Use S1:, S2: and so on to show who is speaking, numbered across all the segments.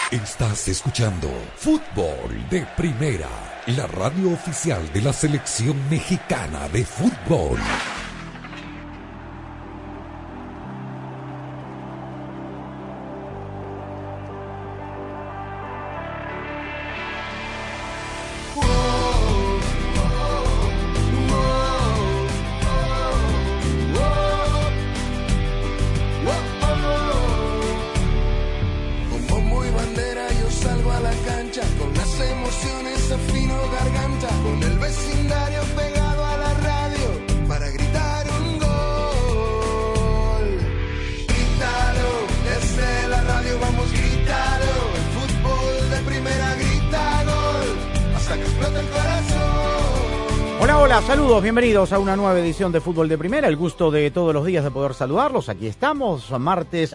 S1: Estás escuchando Fútbol de Primera, la radio oficial de la Selección Mexicana de Fútbol.
S2: Saludos, bienvenidos a una nueva edición de Fútbol de Primera. El gusto de todos los días de poder saludarlos. Aquí estamos, martes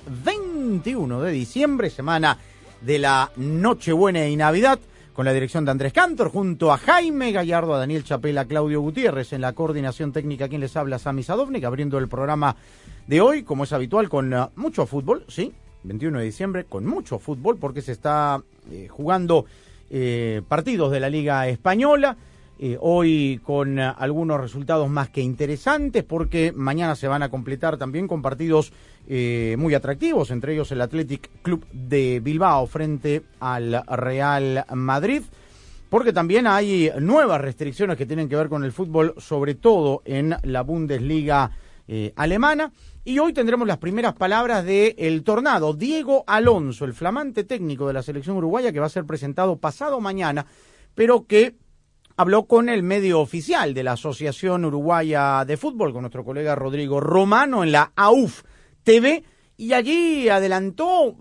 S2: 21 de diciembre, semana de la Nochebuena y Navidad, con la dirección de Andrés Cantor, junto a Jaime Gallardo, a Daniel Chapela, Claudio Gutiérrez, en la coordinación técnica, quien les habla, Sami Sadovnik, abriendo el programa de hoy, como es habitual, con mucho fútbol, sí, 21 de diciembre, con mucho fútbol, porque se está jugando partidos de la Liga Española. Hoy con algunos resultados más que interesantes, porque mañana se van a completar también con partidos muy atractivos, entre ellos el Athletic Club de Bilbao frente al Real Madrid, porque también hay nuevas restricciones que tienen que ver con el fútbol, sobre todo en la Bundesliga alemana. Y hoy tendremos las primeras palabras del Tornado, Diego Alonso, el flamante técnico de la selección uruguaya, que va a ser presentado pasado mañana, pero que habló con el medio oficial de la Asociación Uruguaya de Fútbol, con nuestro colega Rodrigo Romano en la AUF TV, y allí adelantó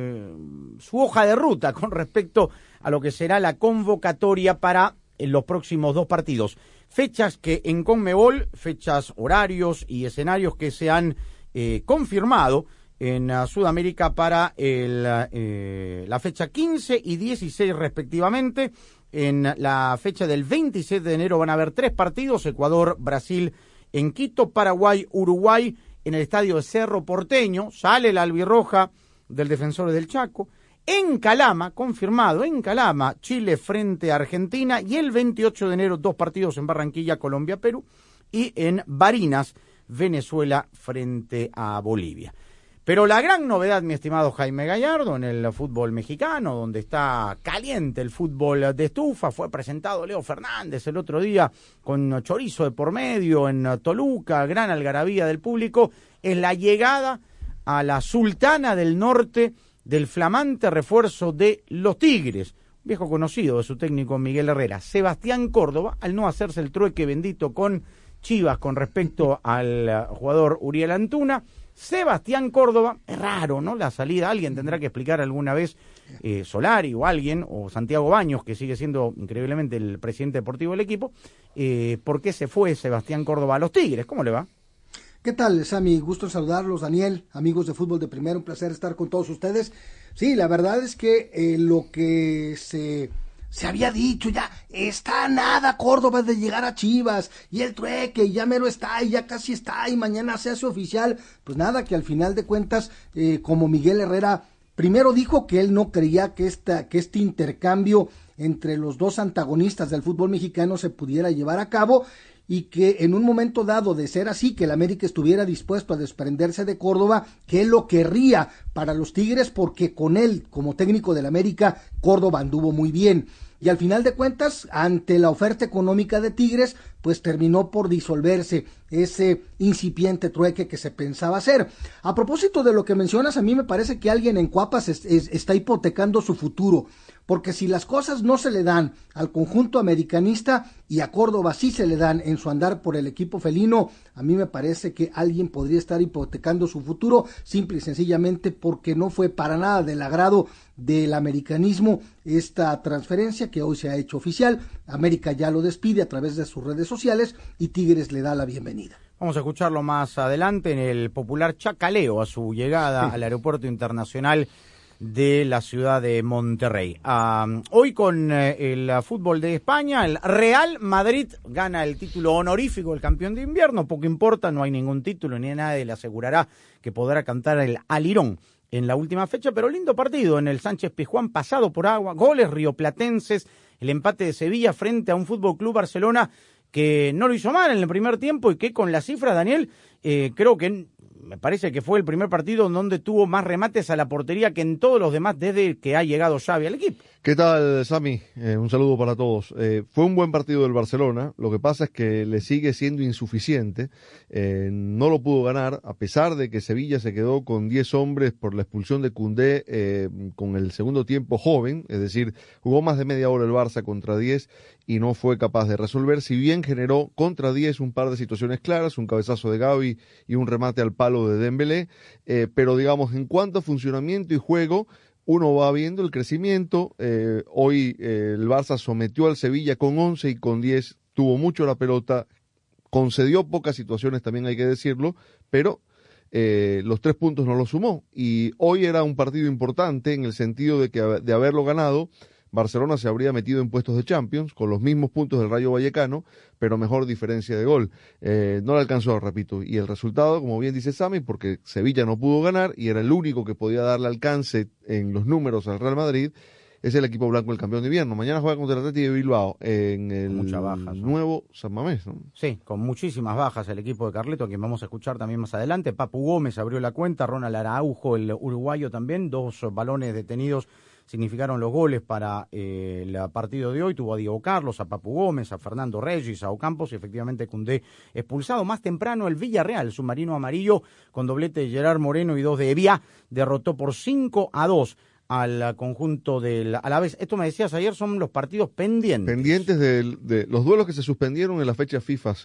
S2: su hoja de ruta con respecto a lo que será la convocatoria para los próximos dos partidos. Fechas que en Conmebol, fechas, horarios y escenarios que se han confirmado en Sudamérica para la fecha 15 y 16 respectivamente. En la fecha del 27 de enero van a haber 3 partidos: Ecuador, Brasil en Quito, Paraguay, Uruguay en el estadio de Cerro Porteño. Sale la albirroja del Defensores del Chaco. En Calama, confirmado, en Calama, Chile frente a Argentina. Y el 28 de enero 2 partidos en Barranquilla, Colombia, Perú. Y en Barinas, Venezuela frente a Bolivia. Pero la gran novedad, mi estimado Jaime Gallardo, en el fútbol mexicano, donde está caliente el fútbol de estufa, fue presentado Leo Fernández el otro día con chorizo de por medio en Toluca, gran algarabía del público, es la llegada a la Sultana del Norte del flamante refuerzo de los Tigres, viejo conocido de su técnico Miguel Herrera, Sebastián Córdoba, al no hacerse el trueque bendito con Chivas con respecto al jugador Uriel Antuna. Sebastián Córdoba, es raro, ¿no? La salida, alguien tendrá que explicar alguna vez, Solari o alguien, o Santiago Baños, que sigue siendo increíblemente el presidente deportivo del equipo, por qué se fue Sebastián Córdoba a los Tigres. ¿Cómo le va?
S3: ¿Qué tal, Sammy? Gusto en saludarlos, Daniel, amigos de Fútbol de Primera, un placer estar con todos ustedes. Sí, la verdad es que lo que se había dicho, ya está nada Córdoba de llegar a Chivas, y el trueque, y ya mero está, y ya casi está, y mañana se hace oficial. Pues nada, que al final de cuentas, como Miguel Herrera primero dijo que él no creía que este intercambio entre los dos antagonistas del fútbol mexicano se pudiera llevar a cabo, y que en un momento dado, de ser así, que el América estuviera dispuesto a desprenderse de Córdoba, que él lo querría para los Tigres, porque con él, como técnico del América, Córdoba anduvo muy bien. Y al final de cuentas, ante la oferta económica de Tigres, pues terminó por disolverse ese incipiente trueque que se pensaba hacer. A propósito de lo que mencionas, a mí me parece que alguien en Cuapas está hipotecando su futuro, porque si las cosas no se le dan al conjunto americanista y a Córdoba sí se le dan en su andar por el equipo felino, a mí me parece que alguien podría estar hipotecando su futuro, simple y sencillamente porque no fue para nada del agrado del americanismo esta transferencia que hoy se ha hecho oficial. América ya lo despide a través de sus redes sociales y Tigres le da la bienvenida.
S2: Vamos a escucharlo más adelante en el popular chacaleo a su llegada al aeropuerto internacional de la ciudad de Monterrey. Hoy con el fútbol de España, el Real Madrid gana el título honorífico del campeón de invierno. Poco importa, no hay ningún título ni nadie le asegurará que podrá cantar el alirón en la última fecha, pero lindo partido en el Sánchez Pizjuán, pasado por agua, goles rioplatenses, el empate de Sevilla frente a un Fútbol Club Barcelona que no lo hizo mal en el primer tiempo y que con las cifras, Daniel, creo que me parece que fue el primer partido en donde tuvo más remates a la portería que en todos los demás desde que ha llegado Xavi al equipo.
S4: ¿Qué tal, Sami? Un saludo para todos. Fue un buen partido del Barcelona, lo que pasa es que le sigue siendo insuficiente, no lo pudo ganar, a pesar de que Sevilla se quedó con 10 hombres por la expulsión de Koundé con el segundo tiempo joven, es decir, jugó más de media hora el Barça contra 10 y no fue capaz de resolver, si bien generó contra 10 un par de situaciones claras, un cabezazo de Gavi y un remate al palo de Dembélé, pero digamos, en cuanto a funcionamiento y juego, uno va viendo el crecimiento. Hoy el Barça sometió al Sevilla con 11 y con 10, tuvo mucho la pelota, concedió pocas situaciones, también hay que decirlo, pero los 3 puntos no los sumó. Y hoy era un partido importante en el sentido de que de haberlo ganado, Barcelona se habría metido en puestos de Champions con los mismos puntos del Rayo Vallecano, pero mejor diferencia de gol. No le alcanzó, repito, y el resultado, como bien dice Sami, porque Sevilla no pudo ganar y era el único que podía darle alcance en los números al Real Madrid, es el equipo blanco del campeón de invierno. Mañana juega contra el Athletic de Bilbao en el nuevo San Mamés, ¿no?
S2: Sí, con muchísimas bajas el equipo de Carleto, a quien vamos a escuchar también más adelante. Papu Gómez abrió la cuenta, Ronald Araujo, el uruguayo también, 2 balones detenidos significaron los goles para el partido de hoy. Tuvo a Diego Carlos, a Papu Gómez, a Fernando Reyes, a Ocampos y efectivamente Koundé expulsado. Más temprano el Villarreal, submarino amarillo, con doblete de Gerard Moreno y 2 de Evia, derrotó por 5-2 al conjunto del Alavés. Esto me decías ayer, son los partidos pendientes.
S4: Pendientes de los duelos que se suspendieron en la fecha FIFA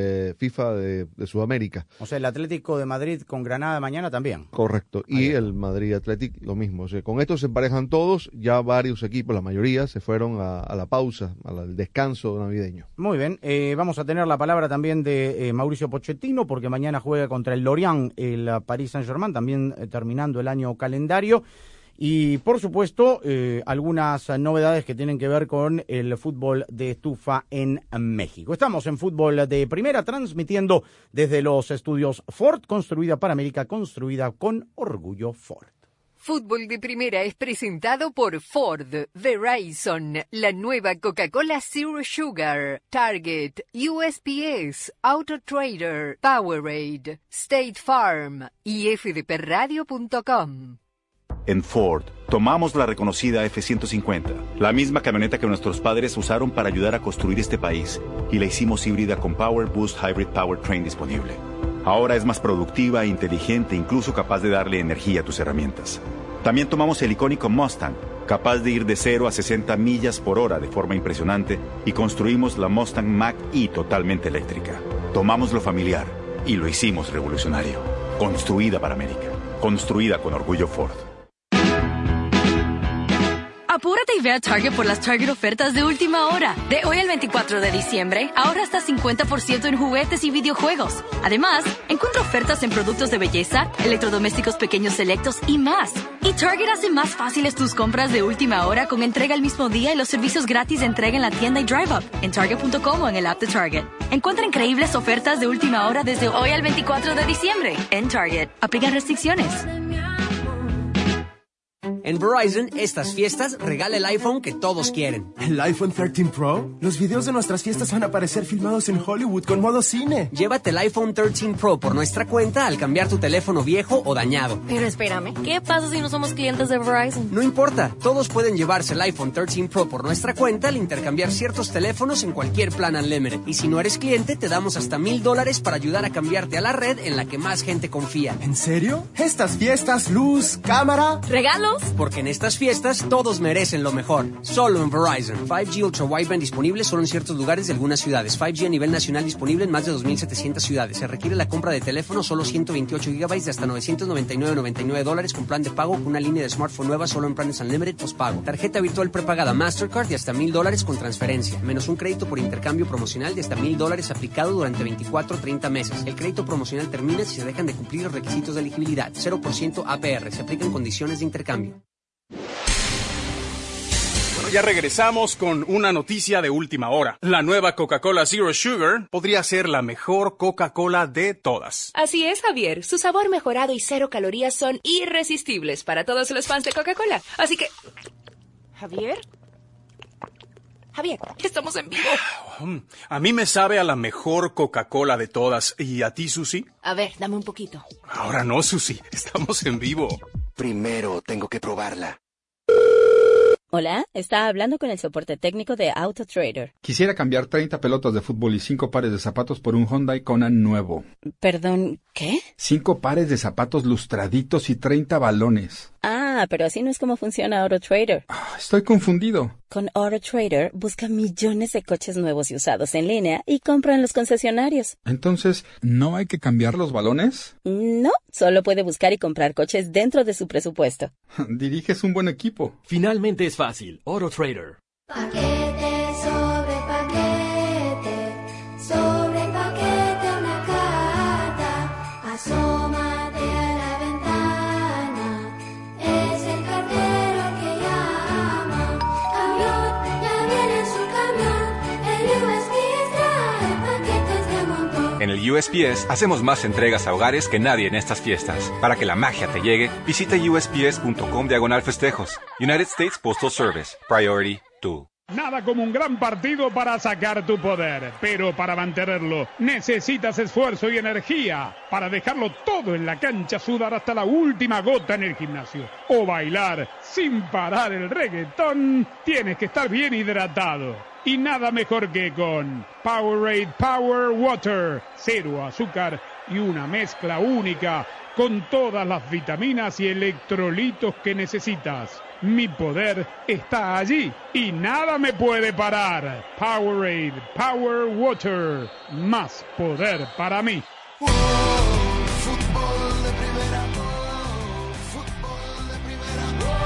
S4: de Sudamérica.
S2: O sea, el Atlético de Madrid con Granada mañana también.
S4: Correcto, y el Madrid Athletic lo mismo. O sea, con esto se emparejan todos, ya varios equipos, la mayoría, se fueron a la pausa, al descanso navideño.
S2: Muy bien, vamos a tener la palabra también de Mauricio Pochettino, porque mañana juega contra el Lorient, el Paris Saint-Germain, también terminando el año calendario. Y, por supuesto, algunas novedades que tienen que ver con el fútbol de estufa en México. Estamos en Fútbol de Primera, transmitiendo desde los estudios Ford, construida para América, construida con orgullo Ford.
S5: Fútbol de Primera es presentado por Ford, Verizon, la nueva Coca-Cola Zero Sugar, Target, USPS, AutoTrader, Powerade, State Farm y fdpradio.com.
S6: En Ford, tomamos la reconocida F-150, la misma camioneta que nuestros padres usaron para ayudar a construir este país, y la hicimos híbrida con Power Boost Hybrid Powertrain disponible. Ahora es más productiva e inteligente, incluso capaz de darle energía a tus herramientas. También tomamos el icónico Mustang, capaz de ir de 0 a 60 millas por hora de forma impresionante, y construimos la Mustang Mach-E totalmente eléctrica. Tomamos lo familiar y lo hicimos revolucionario. Construida para América. Construida con orgullo Ford.
S7: Apúrate y ve a Target por las Target ofertas de última hora. De hoy al 24 de diciembre, ahorra hasta 50% en juguetes y videojuegos. Además, encuentra ofertas en productos de belleza, electrodomésticos pequeños selectos y más. Y Target hace más fáciles tus compras de última hora con entrega el mismo día y los servicios gratis de entrega en la tienda y Drive Up, en Target.com o en el app de Target. Encuentra increíbles ofertas de última hora desde hoy al 24 de diciembre en Target. Aplican restricciones.
S8: En Verizon, estas fiestas, regala el iPhone que todos quieren.
S9: ¿El iPhone 13 Pro? Los videos de nuestras fiestas van a aparecer filmados en Hollywood con modo cine.
S8: Llévate el iPhone 13 Pro por nuestra cuenta al cambiar tu teléfono viejo o dañado.
S7: Pero espérame, ¿qué pasa si no somos clientes de Verizon?
S8: No importa, todos pueden llevarse el iPhone 13 Pro por nuestra cuenta al intercambiar ciertos teléfonos en cualquier plan Unlimited. Y si no eres cliente, te damos hasta $1,000 para ayudar a cambiarte a la red en la que más gente confía.
S9: ¿En serio? Estas fiestas, luz, cámara...
S7: ¿Regalos?
S8: Porque en estas fiestas todos merecen lo mejor. Solo en Verizon. 5G Ultra Wideband disponible solo en ciertos lugares de algunas ciudades. 5G a nivel nacional disponible en más de 2,700 ciudades. Se requiere la compra de teléfono solo 128 GB de hasta $999.99 con plan de pago con una línea de smartphone nueva solo en planes Unlimited postpago. Tarjeta virtual prepagada Mastercard de hasta $1,000 con transferencia. Menos un crédito por intercambio promocional de hasta $1,000 aplicado durante 24 o 30 meses. El crédito promocional termina si se dejan de cumplir los requisitos de elegibilidad. 0% APR. Se aplican condiciones de intercambio.
S10: Ya regresamos con una noticia de última hora. La nueva Coca-Cola Zero Sugar podría ser la mejor Coca-Cola de todas.
S11: Así es, Javier. Su sabor mejorado y 0 calorías son irresistibles para todos los fans de Coca-Cola. Así que... ¿Javier? Javier, estamos en vivo.
S10: A mí me sabe a la mejor Coca-Cola de todas. ¿Y a ti, Susi?
S11: A ver, dame un poquito.
S10: Ahora no, Susi. Estamos en vivo.
S12: Primero tengo que probarla.
S13: Hola, está hablando con el soporte técnico de AutoTrader.
S14: Quisiera cambiar 30 pelotas de fútbol y 5 pares de zapatos por un Hyundai Kona nuevo.
S13: Perdón, ¿qué?
S14: 5 pares de zapatos lustraditos y 30 balones.
S13: Ah, pero así no es como funciona AutoTrader.
S14: Estoy confundido.
S13: Con AutoTrader, busca millones de coches nuevos y usados en línea y compra en los concesionarios.
S14: Entonces, ¿no hay que cambiar los balones?
S13: No, solo puede buscar y comprar coches dentro de su presupuesto.
S14: Diriges un buen equipo.
S15: Finalmente es fácil. AutoTrader.
S16: Paquete sobre paquete, sobre paquete una carta, asómate a la ventana, es el cartero que llama, camión, ya viene su camión, el USPS trae paquetes de montón.
S17: En el USPS hacemos más entregas a hogares que nadie en estas fiestas. Para que la magia te llegue, visita usps.com/festejos. United States Postal Service. Priority 2.
S18: Nada como un gran partido para sacar tu poder, pero para mantenerlo necesitas esfuerzo y energía, para dejarlo todo en la cancha, sudar hasta la última gota en el gimnasio, o bailar sin parar el reggaetón, tienes que estar bien hidratado. Y nada mejor que con Powerade Power Water, 0 azúcar y una mezcla única con todas las vitaminas y electrolitos que necesitas. Mi poder está allí y nada me puede parar. Powerade Power Water, más poder para mí.
S16: Fútbol de primera, fútbol de primera.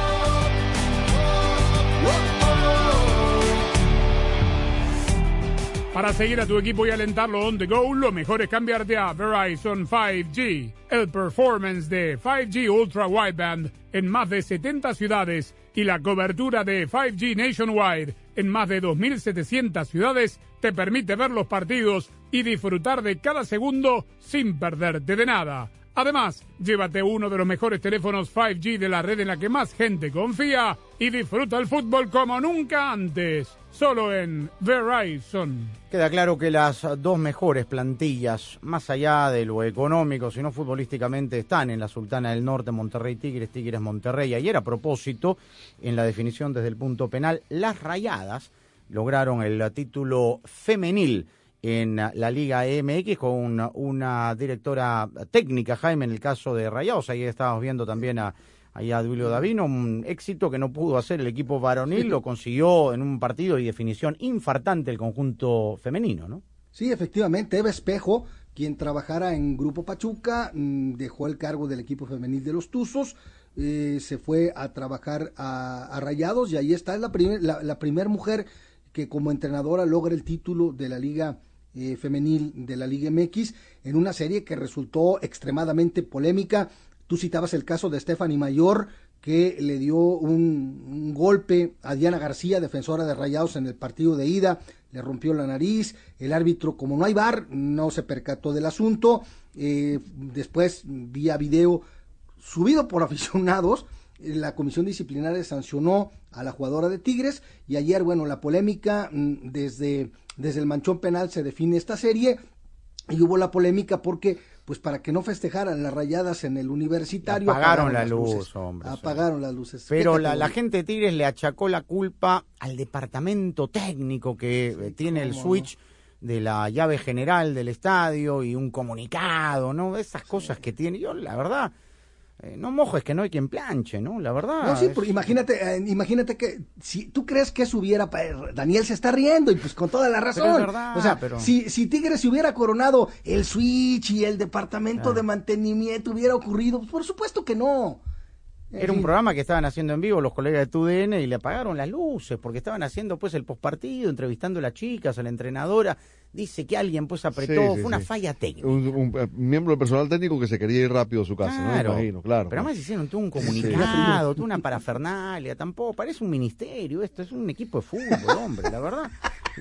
S18: Para seguir a tu equipo y alentarlo on the go, lo mejor es cambiarte a Verizon 5G. El performance de 5G Ultra Wideband en más de 70 ciudades y la cobertura de 5G Nationwide en más de 2.700 ciudades te permite ver los partidos y disfrutar de cada segundo sin perderte de nada. Además, llévate uno de los mejores teléfonos 5G de la red en la que más gente confía y disfruta el fútbol como nunca antes. Solo en Verizon.
S2: Queda claro que las dos mejores plantillas, más allá de lo económico, sino futbolísticamente, están en la Sultana del Norte, Monterrey Tigres, Tigres Monterrey. Ayer, a propósito, en la definición desde el punto penal, las Rayadas lograron el título femenil en la Liga MX con una directora técnica, Jaime, en el caso de Rayados. Ahí estábamos viendo también a Duilio Davino, un éxito que no pudo hacer el equipo varonil, lo consiguió en un partido y definición infartante el conjunto femenino, ¿no?
S3: Sí, efectivamente, Eva Espejo, quien trabajara en Grupo Pachuca, dejó el cargo del equipo femenil de los Tuzos, se fue a trabajar a Rayados y ahí está, es la primer mujer que como entrenadora logra el título de la Liga femenil de la Liga MX en una serie que resultó extremadamente polémica. Tú citabas el caso de Stephanie Mayor, que le dio un golpe a Diana García, defensora de Rayados, en el partido de ida, le rompió la nariz, el árbitro, como no hay VAR, no se percató del asunto, después vía video subido por aficionados, la comisión disciplinaria sancionó a la jugadora de Tigres, y ayer, bueno, la polémica, desde el manchón penal se define esta serie, y hubo la polémica porque, pues para que no festejaran las Rayadas en el Universitario,
S2: apagaron la luz, hombre.
S3: Apagaron las luces.
S2: Pero la gente de Tigres le achacó la culpa al departamento técnico que tiene el switch de la llave general del estadio y un comunicado, ¿no? Esas cosas que tiene. Yo, la verdad, no mojo, es que no hay quien planche, ¿no? La verdad.
S3: No, sí, porque imagínate que si tú crees que eso hubiera, Daniel se está riendo y pues con toda la razón.
S2: Pero es verdad,
S3: o sea, si Tigres se hubiera coronado el switch y el departamento de mantenimiento hubiera ocurrido, pues por supuesto que no.
S2: Era un programa que estaban haciendo en vivo los colegas de TUDN y le apagaron las luces porque estaban haciendo pues el postpartido, entrevistando a las chicas, a la entrenadora. Dice que alguien pues apretó, fue una falla técnica.
S4: Un miembro del personal técnico que se quería ir rápido a su casa,
S2: claro,
S4: ¿no? Me imagino, claro.
S2: Pero además hicieron todo un comunicado, toda una parafernalia, tampoco, parece un ministerio esto, es un equipo de fútbol, hombre, la verdad.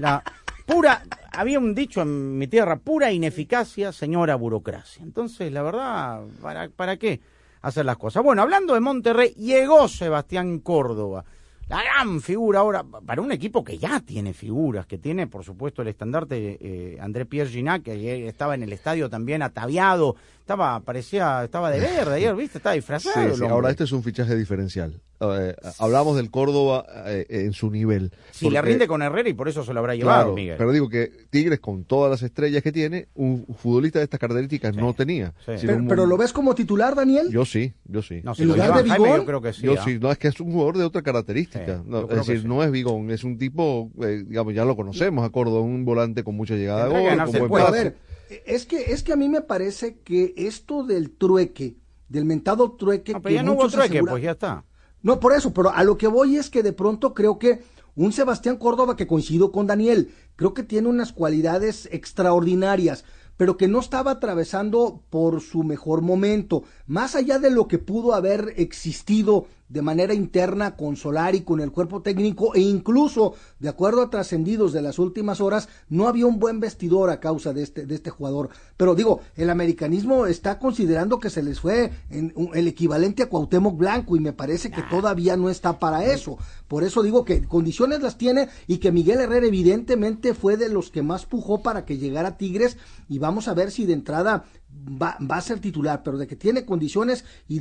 S2: Había un dicho en mi tierra, pura ineficacia, señora burocracia. Entonces, la verdad, ¿para qué hacer las cosas? Bueno, hablando de Monterrey, llegó Sebastián Córdoba. La gran figura ahora, para un equipo que ya tiene figuras, que tiene, por supuesto, el estandarte André Pierre Ginac, que ayer estaba en el estadio también ataviado, estaba de verde ayer, ¿viste? Estaba disfrazado.
S4: Sí, ahora este es un fichaje diferencial. Hablamos del Córdoba en su nivel.
S2: Si le rinde con Herrera y por eso se lo habrá llevado, Miguel.
S4: Pero digo que Tigres, con todas las estrellas que tiene, un futbolista de estas características no tenía.
S3: Sí. Pero ¿lo ves como titular, Daniel?
S4: Yo sí.
S2: No, si en lugar de Vigón, yo creo que sí.
S4: No, es que es un jugador de otra característica. No, es decir, no es Vigón, es un tipo, digamos, ya lo conocemos a Córdoba, un volante con mucha llegada a gol, con buen
S3: pase. A ver, es que a mí me parece que esto del trueque, del mentado trueque...
S2: No, pero ya no hubo trueque, pues ya está.
S3: No, por eso, pero a lo que voy es que de pronto creo que un Sebastián Córdoba, que coincido con Daniel, creo que tiene unas cualidades extraordinarias, pero que no estaba atravesando por su mejor momento, más allá de lo que pudo haber existido de manera interna con Solari, con el cuerpo técnico, e incluso, de acuerdo a trascendidos de las últimas horas, no había un buen vestidor a causa de este jugador. Pero digo, el americanismo está considerando que se les fue el equivalente a Cuauhtémoc Blanco, y me parece que todavía no está para eso. Por eso digo que condiciones las tiene, y que Miguel Herrera evidentemente fue de los que más pujó para que llegara a Tigres, y vamos a ver si de entrada va a ser titular, pero de que tiene condiciones y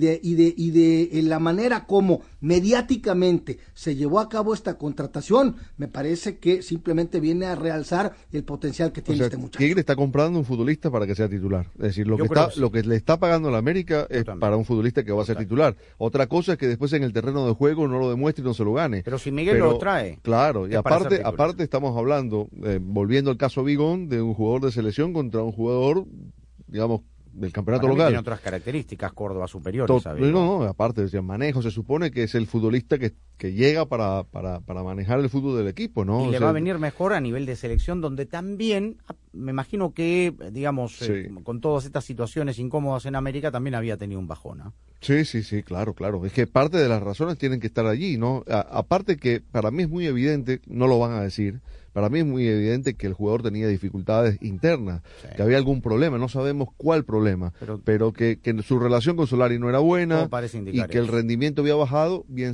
S3: de la manera como mediáticamente se llevó a cabo esta contratación, me parece que simplemente viene a realzar el potencial que tiene este muchacho.
S4: Tigre está comprando un futbolista para que sea titular, es decir, lo que le está pagando a la América es para un futbolista que va a ser titular. Otra cosa es que después en el terreno de juego no lo demuestre y no se lo gane.
S2: Pero si Miguel lo trae.
S4: Claro, y aparte estamos hablando, volviendo al caso Vigón, de un jugador de selección contra un jugador, digamos, del campeonato local.
S2: Tiene otras características Córdoba superiores.
S4: No, aparte, decía, manejo, se supone que es el futbolista que llega para manejar el fútbol del equipo, ¿no?
S2: Y le va a venir mejor a nivel de selección, donde también, me imagino que, digamos, con todas estas situaciones incómodas en América, también había tenido un bajón, ¿no?
S4: Sí, claro. Es que parte de las razones tienen que estar allí, ¿no? Aparte que para mí es muy evidente, no lo van a decir, para mí es muy evidente que el jugador tenía dificultades internas, que había algún problema, no sabemos cuál problema, pero que su relación con Solari no era buena y que el rendimiento había bajado, bien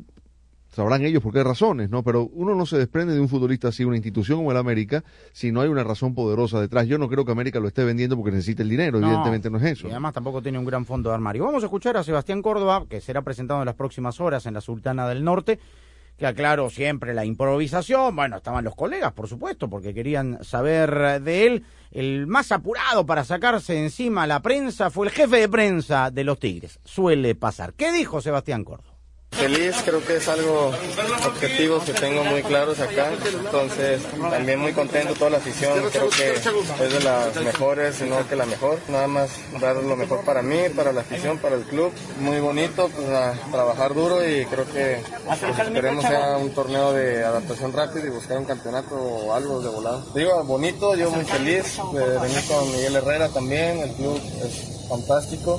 S4: sabrán ellos por qué razones, ¿no? Pero uno no se desprende de un futbolista así, una institución como el América, si no hay una razón poderosa detrás. Yo no creo que América lo esté vendiendo porque necesita el dinero, evidentemente no es eso.
S2: Y además tampoco tiene un gran fondo de armario. Vamos a escuchar a Sebastián Córdoba, que será presentado en las próximas horas en la Sultana del Norte, que aclaró siempre la improvisación. Bueno, estaban los colegas, por supuesto, porque querían saber de él. El más apurado para sacarse encima a la prensa fue el jefe de prensa de los Tigres. Suele pasar. ¿Qué dijo Sebastián Córdoba?
S19: Feliz, creo que es algo objetivos que tengo muy claros acá, entonces también muy contento, toda la afición, creo que es de las mejores, si no que la mejor, nada más dar lo mejor para mí, para la afición, para el club, muy bonito, pues a trabajar duro y creo que pues, esperemos sea un torneo de adaptación rápida y buscar un campeonato o algo de volado. Digo, bonito, yo muy feliz de venir con Miguel Herrera también, el club es fantástico.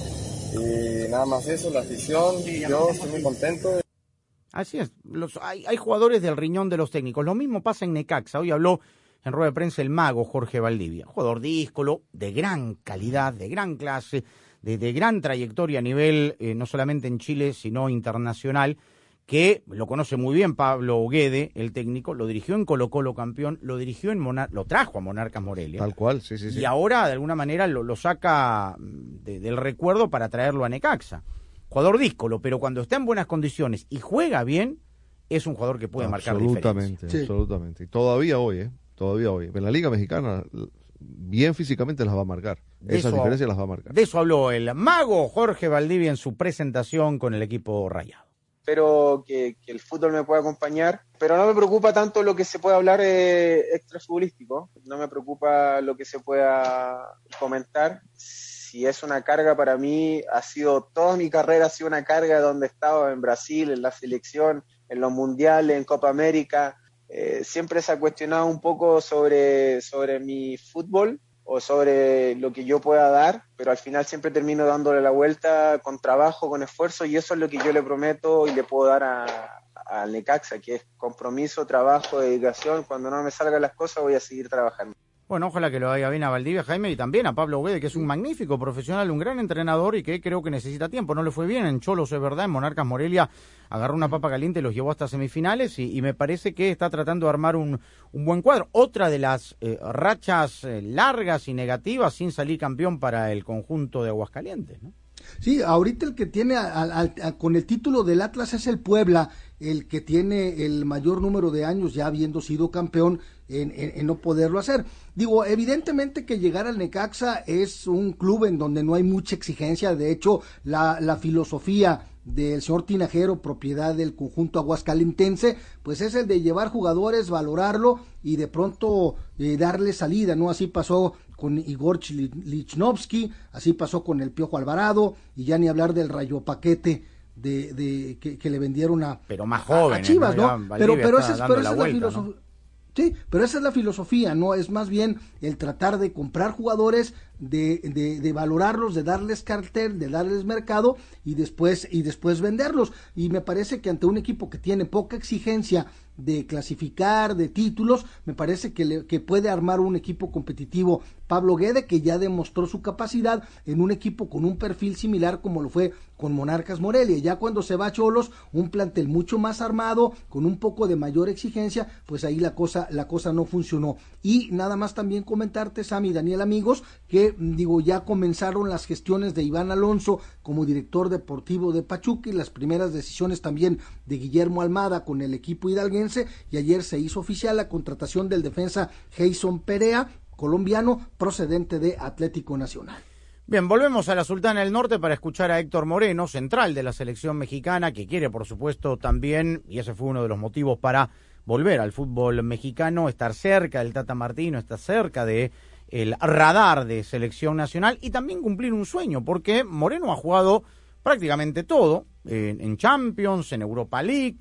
S19: Y nada más eso, la afición, yo estoy muy contento.
S2: Así es, hay jugadores del riñón de los técnicos. Lo mismo pasa en Necaxa. Hoy habló en rueda de prensa el mago Jorge Valdivia, jugador díscolo, de gran calidad, de gran clase, de gran trayectoria a nivel, no solamente en Chile, sino internacional, que lo conoce muy bien Pablo Guede, el técnico, lo dirigió en Colo-Colo campeón, lo dirigió en lo trajo a Monarcas Morelia.
S4: Tal cual, sí.
S2: Y ahora, de alguna manera, lo saca del recuerdo para traerlo a Necaxa. Jugador díscolo, pero cuando está en buenas condiciones y juega bien, es un jugador que puede marcar diferencia.
S4: Absolutamente. Y todavía hoy. En la Liga Mexicana, bien físicamente las va a marcar. Esas diferencias las va a marcar.
S2: De eso habló el mago Jorge Valdivia en su presentación con el equipo rayado.
S20: Espero que el fútbol me pueda acompañar, pero no me preocupa tanto lo que se pueda hablar extrafutbolístico, no me preocupa lo que se pueda comentar, si es una carga para mí, toda mi carrera ha sido una carga donde he estado en Brasil, en la selección, en los mundiales, en Copa América. Siempre se ha cuestionado un poco sobre mi fútbol o sobre lo que yo pueda dar, pero al final siempre termino dándole la vuelta con trabajo, con esfuerzo, y eso es lo que yo le prometo y le puedo dar al Necaxa, que es compromiso, trabajo, dedicación. Cuando no me salgan las cosas voy a seguir trabajando.
S2: Bueno, ojalá que lo vaya bien a Valdivia, Jaime, y también a Pablo Guede, que es un magnífico profesional, un gran entrenador y que creo que necesita tiempo. No le fue bien en Cholos, es verdad, en Monarcas Morelia agarró una papa caliente, los llevó hasta semifinales y me parece que está tratando de armar un buen cuadro. Otra de las rachas largas y negativas sin salir campeón para el conjunto de Aguascalientes, ¿no?
S3: Sí, ahorita el que tiene con el título del Atlas es el Puebla, el que tiene el mayor número de años ya habiendo sido campeón en no poderlo hacer. Digo, evidentemente que llegar al Necaxa es un club en donde no hay mucha exigencia. De hecho, la filosofía del señor Tinajero, propiedad del conjunto aguascalentense, pues es el de llevar jugadores, valorarlo y de pronto darle salida, ¿no? Así pasó con Igor Lichnowsky, así pasó con el Piojo Alvarado, y ya ni hablar del Rayo Paquete que le vendieron
S2: pero más jóvenes,
S3: a Chivas, ¿no? Pero esa es la
S2: filosofía.
S3: ¿no? Sí, pero esa es la filosofía, ¿no? Es más bien el tratar de comprar jugadores, de valorarlos, de darles cartel, de darles mercado y después venderlos. Y me parece que ante un equipo que tiene poca exigencia de clasificar, de títulos, me parece que puede armar un equipo competitivo Pablo Guede, que ya demostró su capacidad en un equipo con un perfil similar como lo fue con Monarcas Morelia. Ya cuando se va a Cholos, un plantel mucho más armado, con un poco de mayor exigencia, pues ahí la cosa no funcionó. Y nada más también comentarte, Sammy, Daniel, amigos, que ya comenzaron las gestiones de Iván Alonso como director deportivo de Pachuca y las primeras decisiones también de Guillermo Almada con el equipo hidalguense, y ayer se hizo oficial la contratación del defensa Jason Perea, colombiano procedente de Atlético Nacional.
S2: Bien, volvemos a la Sultana del Norte para escuchar a Héctor Moreno, central de la selección mexicana, que quiere, por supuesto, también, y ese fue uno de los motivos para volver al fútbol mexicano, estar cerca del Tata Martino, estar cerca de el radar de selección nacional y también cumplir un sueño, porque Moreno ha jugado prácticamente todo, en Champions, en Europa League,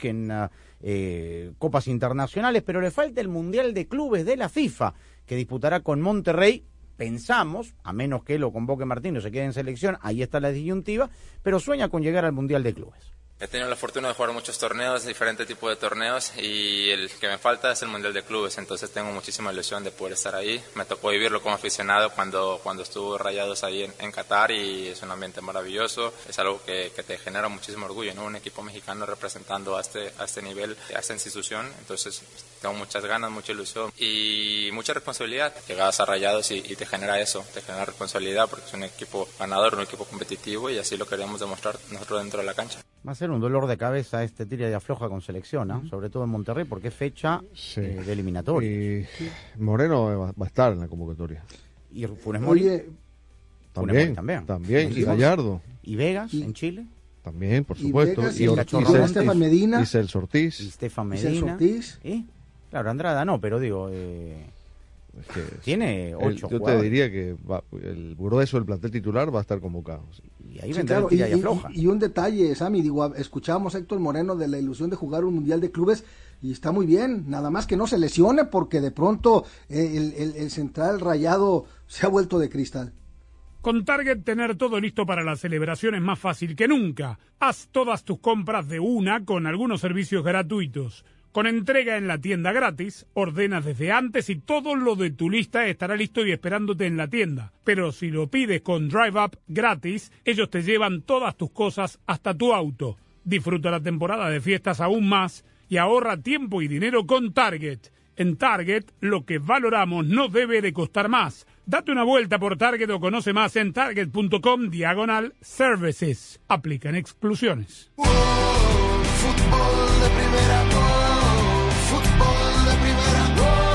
S2: en copas internacionales, pero le falta el Mundial de Clubes de la FIFA, que disputará con Monterrey. Pensamos, a menos que lo convoque Martino, se quede en selección, ahí está la disyuntiva, pero sueña con llegar al Mundial de Clubes.
S21: He tenido la fortuna de jugar muchos torneos, diferentes tipos de torneos, y el que me falta es el Mundial de Clubes, entonces tengo muchísima ilusión de poder estar ahí. Me tocó vivirlo como aficionado cuando estuvo Rayados ahí en Qatar, y es un ambiente maravilloso, es algo que te genera muchísimo orgullo, ¿no? Un equipo mexicano representando a este nivel, a esta institución, entonces tengo muchas ganas, mucha ilusión y mucha responsabilidad. Llegas a Rayados y te genera eso, te genera responsabilidad porque es un equipo ganador, un equipo competitivo, y así lo queremos demostrar nosotros dentro de la cancha.
S2: Va a ser un dolor de cabeza este tira y afloja con selección, ¿no? Sobre todo en Monterrey, porque es fecha de eliminatoria.
S4: Y Moreno va a estar en la convocatoria.
S2: Y Funes Mori.
S4: También. Y Gallardo.
S2: ¿Y Vegas en Chile?
S4: También, por supuesto.
S3: Y Estefan Medina.
S4: Y Celso Ortiz.
S2: Y Estefan Medina. ¿Y? Claro, Andrada no, pero digo...
S4: Es que
S2: tiene 8
S4: yo te diría que el grueso del plantel titular va a estar convocado.
S2: Y ahí vendrá el tira y afloja.
S3: Y un detalle, Sammy, escuchábamos a Héctor Moreno de la ilusión de jugar un Mundial de Clubes y está muy bien, nada más que no se lesione porque de pronto el central Rayado se ha vuelto de cristal.
S18: Con Target, tener todo listo para la celebración es más fácil que nunca. Haz todas tus compras de una con algunos servicios gratuitos. Con entrega en la tienda gratis, ordenas desde antes y todo lo de tu lista estará listo y esperándote en la tienda. Pero si lo pides con Drive Up gratis, ellos te llevan todas tus cosas hasta tu auto. Disfruta la temporada de fiestas aún más y ahorra tiempo y dinero con Target. En Target, lo que valoramos no debe de costar más. Date una vuelta por Target o conoce más en target.com/services. Aplican exclusiones.
S16: Fútbol de primera, fútbol de primera.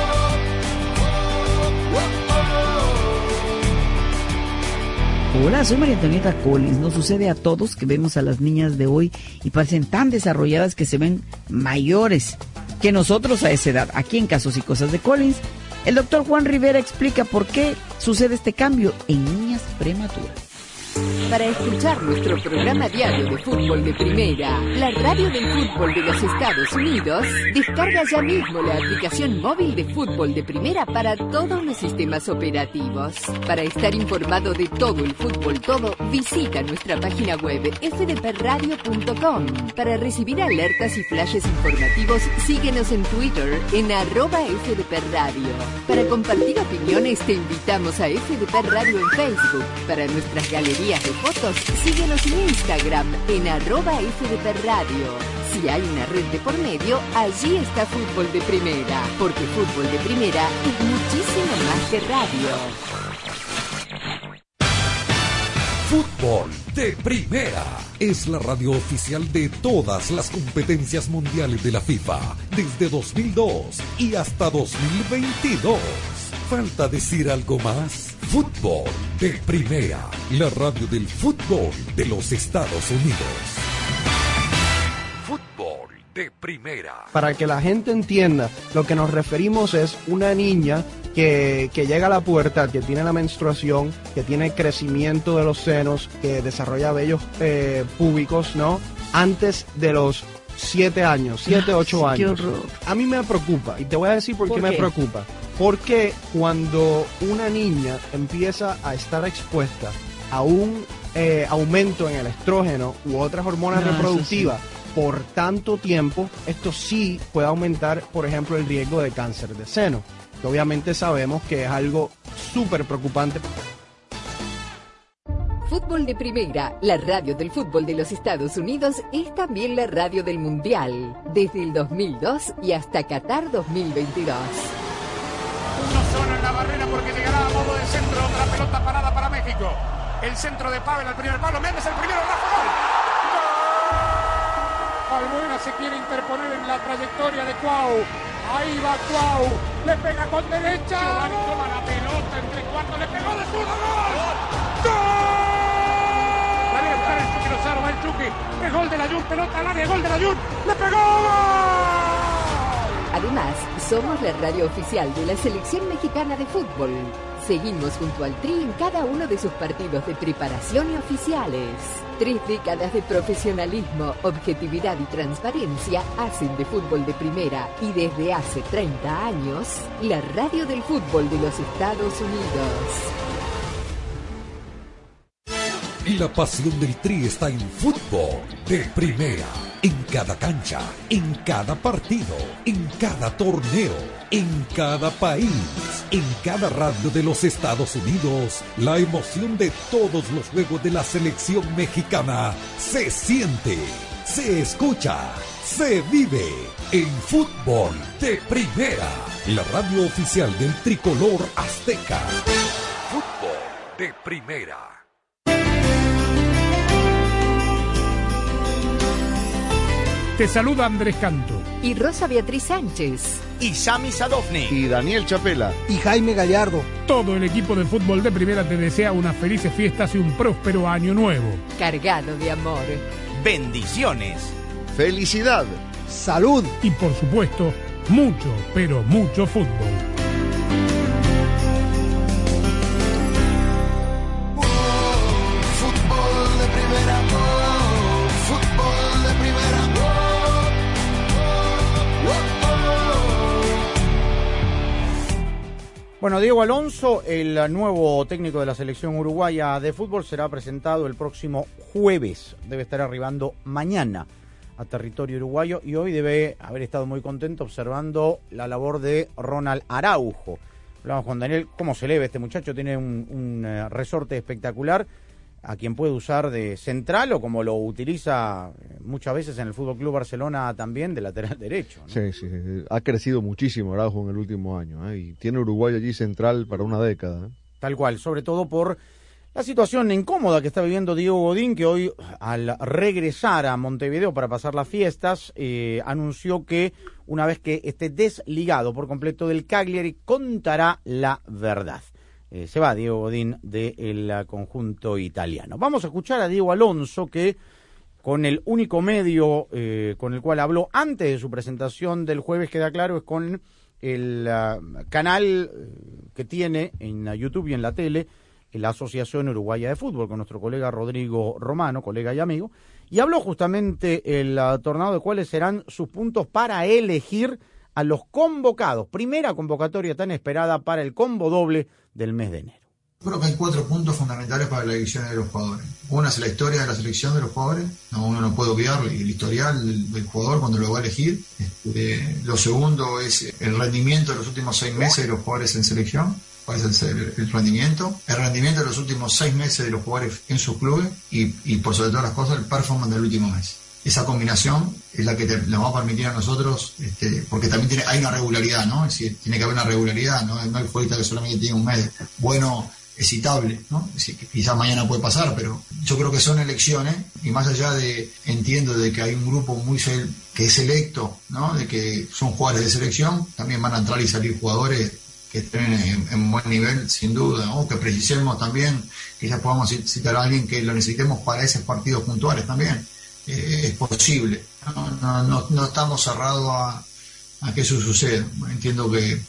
S22: Hola, soy María Antonieta Collins. Nos sucede a todos que vemos a las niñas de hoy y parecen tan desarrolladas que se ven mayores que nosotros a esa edad. Aquí en Casos y Cosas de Collins, el doctor Juan Rivera explica por qué sucede este cambio en niñas prematuras.
S1: Para escuchar nuestro programa diario de fútbol de primera, la radio del fútbol de los Estados Unidos, descarga ya mismo la aplicación móvil de fútbol de primera para todos los sistemas operativos. Para estar informado de todo el fútbol todo, visita nuestra página web fdpradio.com. Para recibir alertas y flashes informativos, síguenos en Twitter en @fdpradio. Para compartir opiniones, te invitamos a FDP Radio en Facebook. Para nuestras galerías de fotos, síguenos en Instagram en @FDP Radio. Si hay una red de por medio, allí está Fútbol de Primera, porque Fútbol de Primera es muchísimo más que radio.
S5: Fútbol de Primera es la radio oficial de todas las competencias mundiales de la FIFA desde 2002 y hasta 2022. ¿Falta decir algo más? Fútbol de Primera, la radio del fútbol de los Estados Unidos. Fútbol de Primera.
S23: Para que la gente entienda, lo que nos referimos es una niña que llega a la pubertad, que tiene la menstruación, que tiene crecimiento de los senos, que desarrolla vellos púbicos, ¿no? Antes de los 7 años, 7, 8 años.
S22: Qué horror.
S23: A mí me preocupa, y te voy a decir por qué me preocupa. Porque cuando una niña empieza a estar expuesta a un aumento en el estrógeno u otras hormonas reproductivas por tanto tiempo, esto sí puede aumentar, por ejemplo, el riesgo de cáncer de seno, que obviamente sabemos que es algo súper preocupante.
S1: Fútbol de Primera, la radio del fútbol de los Estados Unidos, es también la radio del Mundial, desde el 2002 y hasta Qatar 2022.
S24: Uno solo en la barrera porque llegará a modo de centro, otra pelota parada para México. El centro de Pavel al primer palo, Méndez el primero, Rafa, gol. Albuena se quiere interponer en la trayectoria de Cuau. Ahí va Cuau, le pega con derecha. Giovanni toma la pelota entre cuartos, le pegó de zurdo, gol. ¡Gol! Va a buscar el Chucky Lozano, va el Chucky. Es gol de la Jun, pelota al área, gol de la Jun. ¡Le pegó! ¡Gol!
S1: Además, somos la radio oficial de la Selección Mexicana de Fútbol. Seguimos junto al Tri en cada uno de sus partidos de preparación y oficiales. 3 décadas de profesionalismo, objetividad y transparencia hacen de Fútbol de Primera y desde hace 30 años, la radio del fútbol de los Estados Unidos.
S5: La pasión del Tri está en Fútbol de Primera. En cada cancha, en cada partido, en cada torneo, en cada país, en cada radio de los Estados Unidos, la emoción de todos los juegos de la selección mexicana se siente, se escucha, se vive en Fútbol de Primera, la radio oficial del tricolor azteca. Fútbol de Primera.
S18: Te saluda Andrés Canto.
S1: Y Rosa Beatriz Sánchez.
S2: Y Sami Sadovni.
S4: Y Daniel Chapela.
S3: Y Jaime Gallardo.
S18: Todo el equipo de Fútbol de Primera te desea unas felices fiestas y un próspero año nuevo.
S1: Cargado de amor.
S2: Bendiciones.
S4: Felicidad.
S3: Salud.
S18: Y por supuesto, mucho, pero mucho fútbol.
S16: Fútbol de primera, fútbol de primera.
S2: Bueno, Diego Alonso, el nuevo técnico de la selección uruguaya de fútbol, será presentado el próximo jueves. Debe estar arribando mañana a territorio uruguayo y hoy debe haber estado muy contento observando la labor de Ronald Araujo. Hablamos con Daniel, cómo se le ve este muchacho, tiene un resorte espectacular, a quien puede usar de central o como lo utiliza muchas veces en el Fútbol Club Barcelona también, de lateral derecho, ¿no?
S4: Sí, ha crecido muchísimo Araujo en el último año, y tiene Uruguay allí central para una década.
S2: Tal cual, sobre todo por la situación incómoda que está viviendo Diego Godín, que hoy, al regresar a Montevideo para pasar las fiestas, anunció que una vez que esté desligado por completo del Cagliari, contará la verdad. Se va Diego Godín del conjunto italiano. Vamos a escuchar a Diego Alonso, que con el único medio con el cual habló antes de su presentación del jueves, queda claro, es con el canal que tiene en YouTube y en la tele, la Asociación Uruguaya de Fútbol, con nuestro colega Rodrigo Romano, colega y amigo, y habló justamente el Tornado de cuáles serán sus puntos para elegir a los convocados. Primera convocatoria tan esperada para el combo doble del mes de enero.
S6: Creo que hay 4 puntos fundamentales para la elección de los jugadores. Uno es la historia de la selección de los jugadores. Uno no puede obviar el historial del jugador cuando lo va a elegir. Lo segundo es el rendimiento de los últimos 6 meses de los jugadores en selección. ¿Cuál es el rendimiento? El rendimiento de los últimos 6 meses de los jugadores en sus clubes y por sobre todas las cosas, el performance del último mes. Esa combinación es la que nos va a permitir a nosotros, porque también hay una regularidad, ¿no? Es decir, tiene que haber una regularidad, no hay futbolista que solamente tiene un mes bueno, excitable, ¿no? Es decir, que quizás mañana puede pasar, pero yo creo que son elecciones, y más allá entiendo de que hay un grupo que es selecto, ¿no? De que son jugadores de selección, también van a entrar y salir jugadores que estén en buen nivel, sin duda, ¿no? Que precisemos también, quizás podamos citar a alguien que lo necesitemos para esos partidos puntuales también. Es posible, no estamos cerrados a que eso suceda. Entiendo que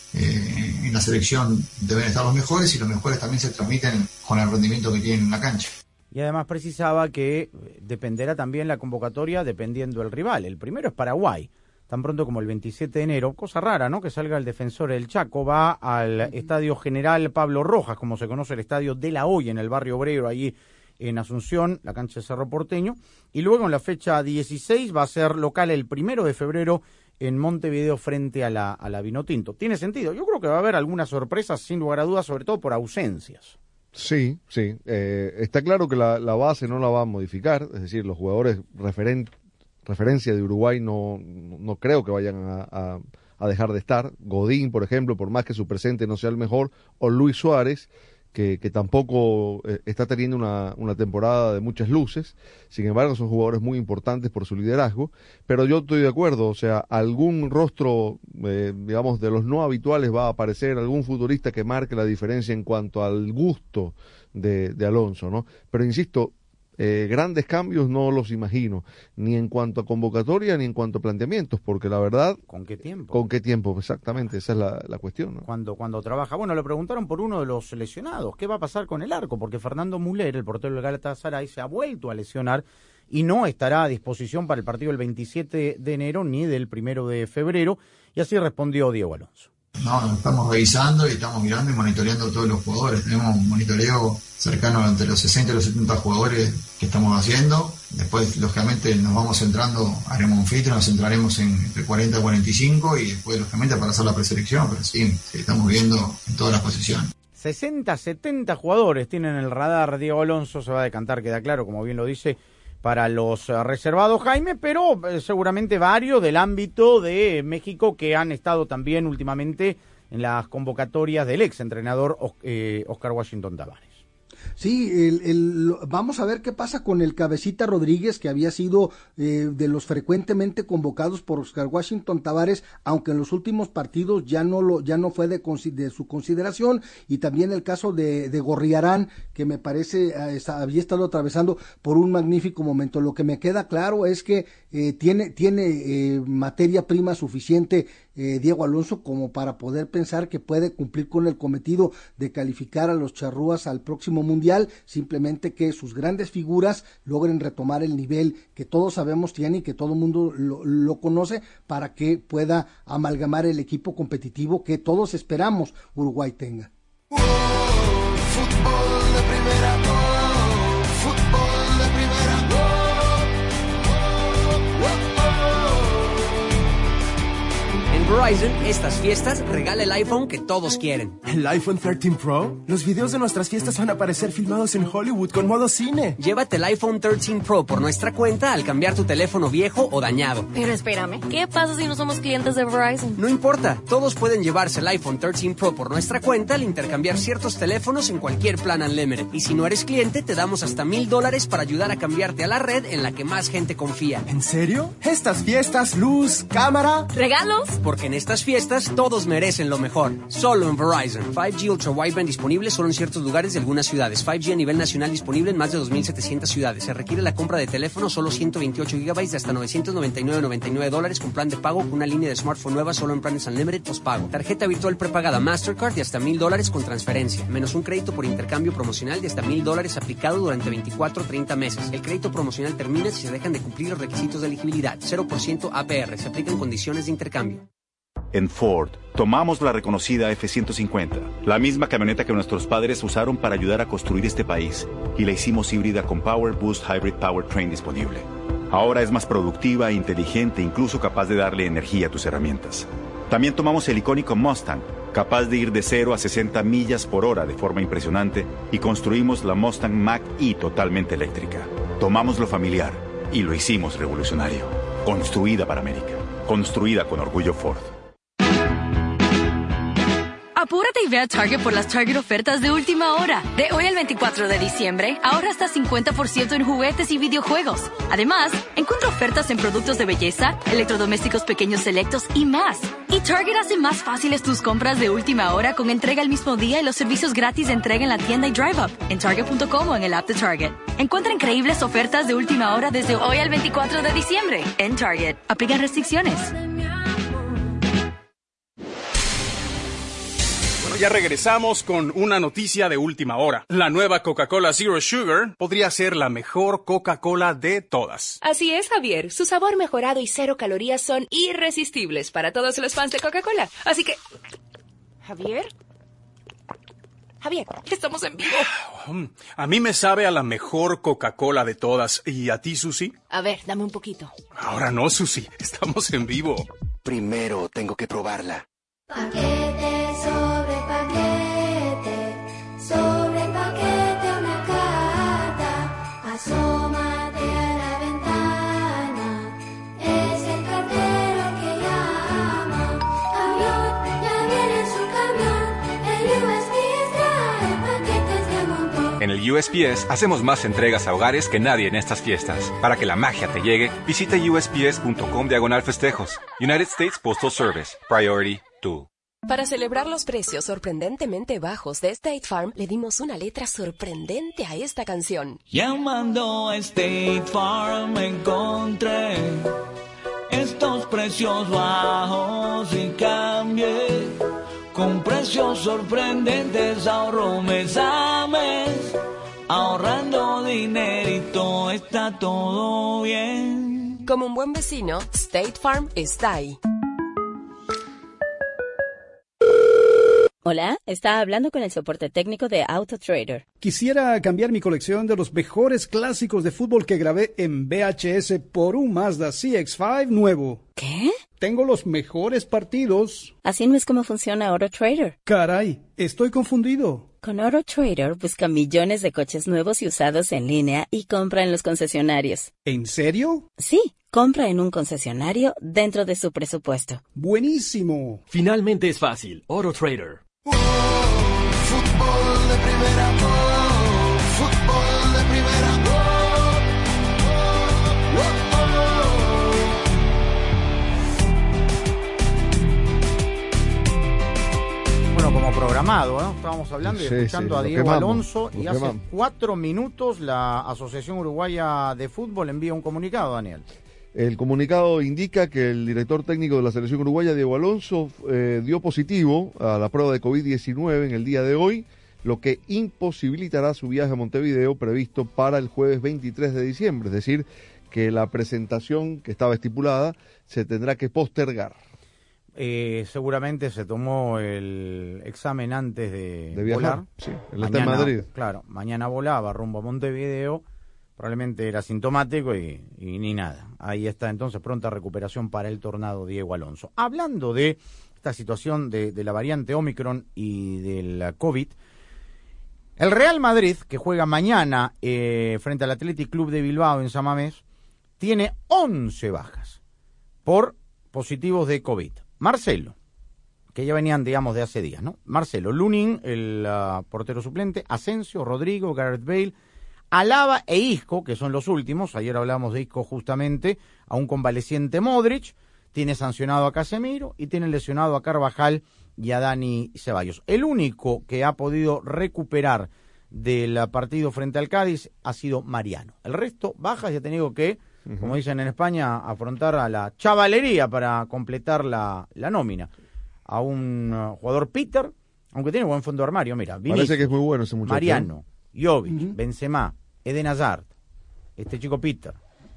S6: en la selección deben estar los mejores y los mejores también se transmiten con el rendimiento que tienen en la cancha.
S2: Y además precisaba que dependerá también la convocatoria dependiendo del rival. El primero es Paraguay, tan pronto como el 27 de enero. Cosa rara, ¿no? Que salga el Defensor del Chaco, va al Estadio General Pablo Rojas, como se conoce el Estadio de la Hoya, en el barrio obrero, allí en Asunción, la cancha de Cerro Porteño, y luego en la fecha 16 va a ser local el 1 de febrero en Montevideo frente a la Vinotinto. ¿Tiene sentido? Yo creo que va a haber algunas sorpresas, sin lugar a dudas, sobre todo por ausencias.
S4: Sí. Está claro que la base no la va a modificar, es decir, los jugadores referencia de Uruguay no creo que vayan a dejar de estar. Godín, por ejemplo, por más que su presente no sea el mejor, o Luis Suárez, que tampoco está teniendo una temporada de muchas luces. Sin embargo, son jugadores muy importantes por su liderazgo, pero yo estoy de acuerdo, o sea, algún rostro, digamos, de los no habituales va a aparecer, algún futbolista que marque la diferencia en cuanto al gusto de Alonso, ¿no? Pero insisto, grandes cambios no los imagino, ni en cuanto a convocatoria ni en cuanto a planteamientos, porque la verdad...
S2: ¿Con qué tiempo?
S4: ¿Con qué tiempo? Exactamente, esa es la cuestión, ¿no?
S2: Cuando trabaja. Bueno, le preguntaron por uno de los lesionados, ¿qué va a pasar con el arco? Porque Fernando Muller, el portero del Galatasaray, se ha vuelto a lesionar y no estará a disposición para el partido del 27 de enero ni del 1 de febrero, y así respondió Diego Alonso.
S6: No, estamos revisando y estamos mirando y monitoreando a todos los jugadores. Tenemos un monitoreo cercano entre los 60 y los 70 jugadores que estamos haciendo. Después, lógicamente, nos vamos centrando, haremos un filtro, nos centraremos entre 40 y 45 y después, lógicamente, para hacer la preselección. Pero sí, estamos viendo en todas las posiciones.
S2: 60, 70 jugadores tienen el radar. Diego Alonso se va a decantar, queda claro, como bien lo dice, para los reservados, Jaime, pero seguramente varios del ámbito de México que han estado también últimamente en las convocatorias del ex entrenador Oscar Washington Tabárez.
S3: Sí, vamos a ver qué pasa con el Cabecita Rodríguez, que había sido de los frecuentemente convocados por Oscar Washington Tabárez, aunque en los últimos partidos ya no fue de su consideración, y también el caso de Gorriarán, que me parece había estado atravesando por un magnífico momento. Lo que me queda claro es que tiene materia prima suficiente Diego Alonso como para poder pensar que puede cumplir con el cometido de calificar a los charrúas al próximo mundial, simplemente que sus grandes figuras logren retomar el nivel que todos sabemos tiene y que todo el mundo lo conoce, para que pueda amalgamar el equipo competitivo que todos esperamos Uruguay tenga.
S16: Fútbol de primera, fútbol de primera.
S7: Verizon, estas fiestas, regala el iPhone que todos quieren.
S8: ¿El iPhone 13 Pro? Los videos de nuestras fiestas van a aparecer filmados en Hollywood con modo cine.
S7: Llévate el iPhone 13 Pro por nuestra cuenta al cambiar tu teléfono viejo o dañado.
S9: Pero espérame, ¿qué pasa si no somos clientes de Verizon?
S7: No importa, todos pueden llevarse el iPhone 13 Pro por nuestra cuenta al intercambiar ciertos teléfonos en cualquier plan Unlimited. Y si no eres cliente, te damos hasta $1,000 para ayudar a cambiarte a la red en la que más gente confía.
S8: ¿En serio? Estas fiestas, luz, cámara...
S9: ¿Regalos?
S7: Porque en estas fiestas todos merecen lo mejor. Solo en Verizon. 5G Ultra Wideband disponible solo en ciertos lugares de algunas ciudades. 5G a nivel nacional disponible en más de 2.700 ciudades. Se requiere la compra de teléfono solo 128 GB de hasta $999.99 con plan de pago con una línea de smartphone nueva solo en planes Unlimited postpago. Tarjeta virtual prepagada Mastercard de hasta $1,000 con transferencia. Menos un crédito por intercambio promocional de hasta $1,000 aplicado durante 24 o 30 meses. El crédito promocional termina si se dejan de cumplir los requisitos de elegibilidad. 0% APR. Se aplican condiciones de intercambio.
S10: En Ford, tomamos la reconocida F-150, la misma camioneta que nuestros padres usaron para ayudar a construir este país, y la hicimos híbrida con Power Boost Hybrid Powertrain disponible. Ahora es más productiva, inteligente e incluso capaz de darle energía a tus herramientas. También tomamos el icónico Mustang, capaz de ir de 0 a 60 millas por hora de forma impresionante, y construimos la Mustang Mach-E totalmente eléctrica. Tomamos lo familiar y lo hicimos revolucionario. Construida para América. Construida con orgullo Ford.
S9: Apúrate y ve a Target por las Target ofertas de última hora. De hoy al 24 de diciembre, ahorra hasta 50% en juguetes y videojuegos. Además, encuentra ofertas en productos de belleza, electrodomésticos pequeños selectos y más. Y Target hace más fáciles tus compras de última hora con entrega el mismo día y los servicios gratis de entrega en la tienda y Drive Up, en Target.com o en el app de Target. Encuentra increíbles ofertas de última hora desde hoy al 24 de diciembre en Target. Aplican restricciones.
S11: Ya regresamos con una noticia de última hora. La nueva Coca-Cola Zero Sugar podría ser la mejor Coca-Cola de todas.
S12: Así es, Javier. Su sabor mejorado y 0 calorías son irresistibles para todos los fans de Coca-Cola. Así que... ¿Javier? Javier, estamos en vivo.
S11: A mí me sabe a la mejor Coca-Cola de todas. ¿Y a ti, Susi?
S12: A ver, dame un poquito.
S11: Ahora no, Susi. Estamos en vivo.
S13: Primero tengo que probarla.
S16: Paquete sobre paquete, sobre paquete una carta, asómate a la ventana, es el cartero que llama. Camión, ya viene su camión, el USPS trae paquetes de montón.
S17: En el USPS hacemos más entregas a hogares que nadie en estas fiestas. Para que la magia te llegue, visita USPS.com/festejos. United States Postal Service. Priority 2.
S12: Para celebrar los precios sorprendentemente bajos de State Farm, le dimos una letra sorprendente a esta canción.
S25: Llamando a State Farm encontré estos precios bajos y cambié. Con precios sorprendentes ahorro mes a mes. Ahorrando dinerito está todo bien.
S12: Como un buen vecino, State Farm está ahí.
S26: Hola, está hablando con el soporte técnico de AutoTrader.
S27: Quisiera cambiar mi colección de los mejores clásicos de fútbol que grabé en VHS por un Mazda CX-5 nuevo.
S26: ¿Qué?
S27: Tengo los mejores partidos.
S26: Así no es como funciona AutoTrader.
S27: Caray, estoy confundido.
S26: Con AutoTrader busca millones de coches nuevos y usados en línea y compra en los concesionarios.
S27: ¿En serio?
S26: Sí, compra en un concesionario dentro de su presupuesto.
S27: ¡Buenísimo!
S15: Finalmente es fácil. AutoTrader.
S16: Fútbol de primera, fútbol de primera,
S2: Bueno, como programado, ¿no? Estábamos hablando y escuchando a Diego Alonso, y hace 4 minutos la Asociación Uruguaya de Fútbol envía un comunicado, Daniel.
S4: El comunicado indica que el director técnico de la selección uruguaya, Diego Alonso, dio positivo a la prueba de COVID-19 en el día de hoy, lo que imposibilitará su viaje a Montevideo previsto para el jueves 23 de diciembre. Es decir, que la presentación que estaba estipulada se tendrá que postergar.
S2: Seguramente se tomó el examen antes de
S4: viajar,
S2: volar.
S4: Sí, él está en Madrid.
S2: Claro, mañana volaba rumbo a Montevideo. Probablemente era sintomático y ni nada. Ahí está entonces pronta recuperación para el tornado Diego Alonso. Hablando de esta situación de la variante Omicron y del COVID, el Real Madrid, que juega mañana frente al Athletic Club de Bilbao en San Mamés, tiene 11 bajas por positivos de COVID. Marcelo, que ya venían, digamos, de hace días, ¿no? Marcelo, Lunin, el portero suplente, Asensio, Rodrigo, Gareth Bale, Alaba e Isco, que son los últimos. Ayer hablamos de Isco justamente, a un convaleciente Modric. tiene sancionado a Casemiro y tiene lesionado a Carvajal y a Dani Ceballos. El único que ha podido recuperar del partido frente al Cádiz ha sido Mariano. El resto, bajas, y ha tenido que, como dicen en España, afrontar a la chavalería para completar la nómina. A un jugador Peter, aunque tiene buen fondo de armario, mira, Vinicius,
S4: parece que es muy bueno ese muchacho.
S2: Mariano, Jovic, Benzema, Eden Hazard, este chico Peter,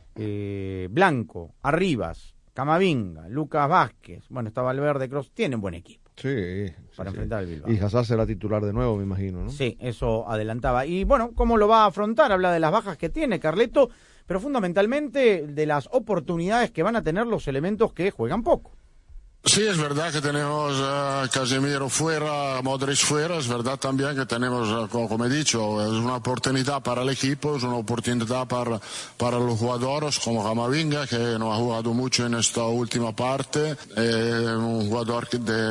S2: Blanco, Arribas, Camavinga, Lucas Vázquez, bueno, está Valverde, Kroos, tienen buen equipo.
S4: Sí,
S2: para enfrentar al Bilbao.
S4: Y Hazard será titular de nuevo, me imagino, ¿no?
S2: Sí, eso adelantaba. Y bueno, ¿cómo lo va a afrontar? Habla de las bajas que tiene Carleto, pero fundamentalmente de las oportunidades que van a tener los elementos que juegan poco.
S14: Sí, es verdad que tenemos Casemiro fuera, Modric fuera, es verdad también que tenemos, como he dicho, es una oportunidad para el equipo, es una oportunidad para los jugadores como Camavinga, que no ha jugado mucho en esta última parte, un jugador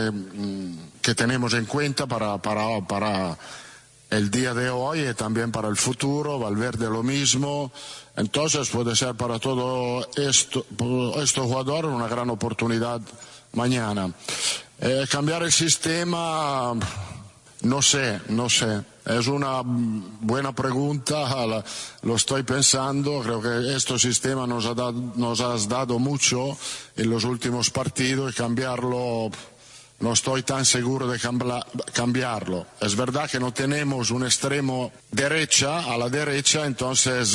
S14: que tenemos en cuenta para el día de hoy y también para el futuro. Valverde lo mismo. Entonces puede ser para todo estos jugadores una gran oportunidad mañana. Cambiar el sistema, no sé. Es una buena pregunta, lo estoy pensando. Creo que este sistema nos ha dado mucho en los últimos partidos y cambiarlo, no estoy tan seguro de cambiarlo. Es verdad que no tenemos un extremo a la derecha, entonces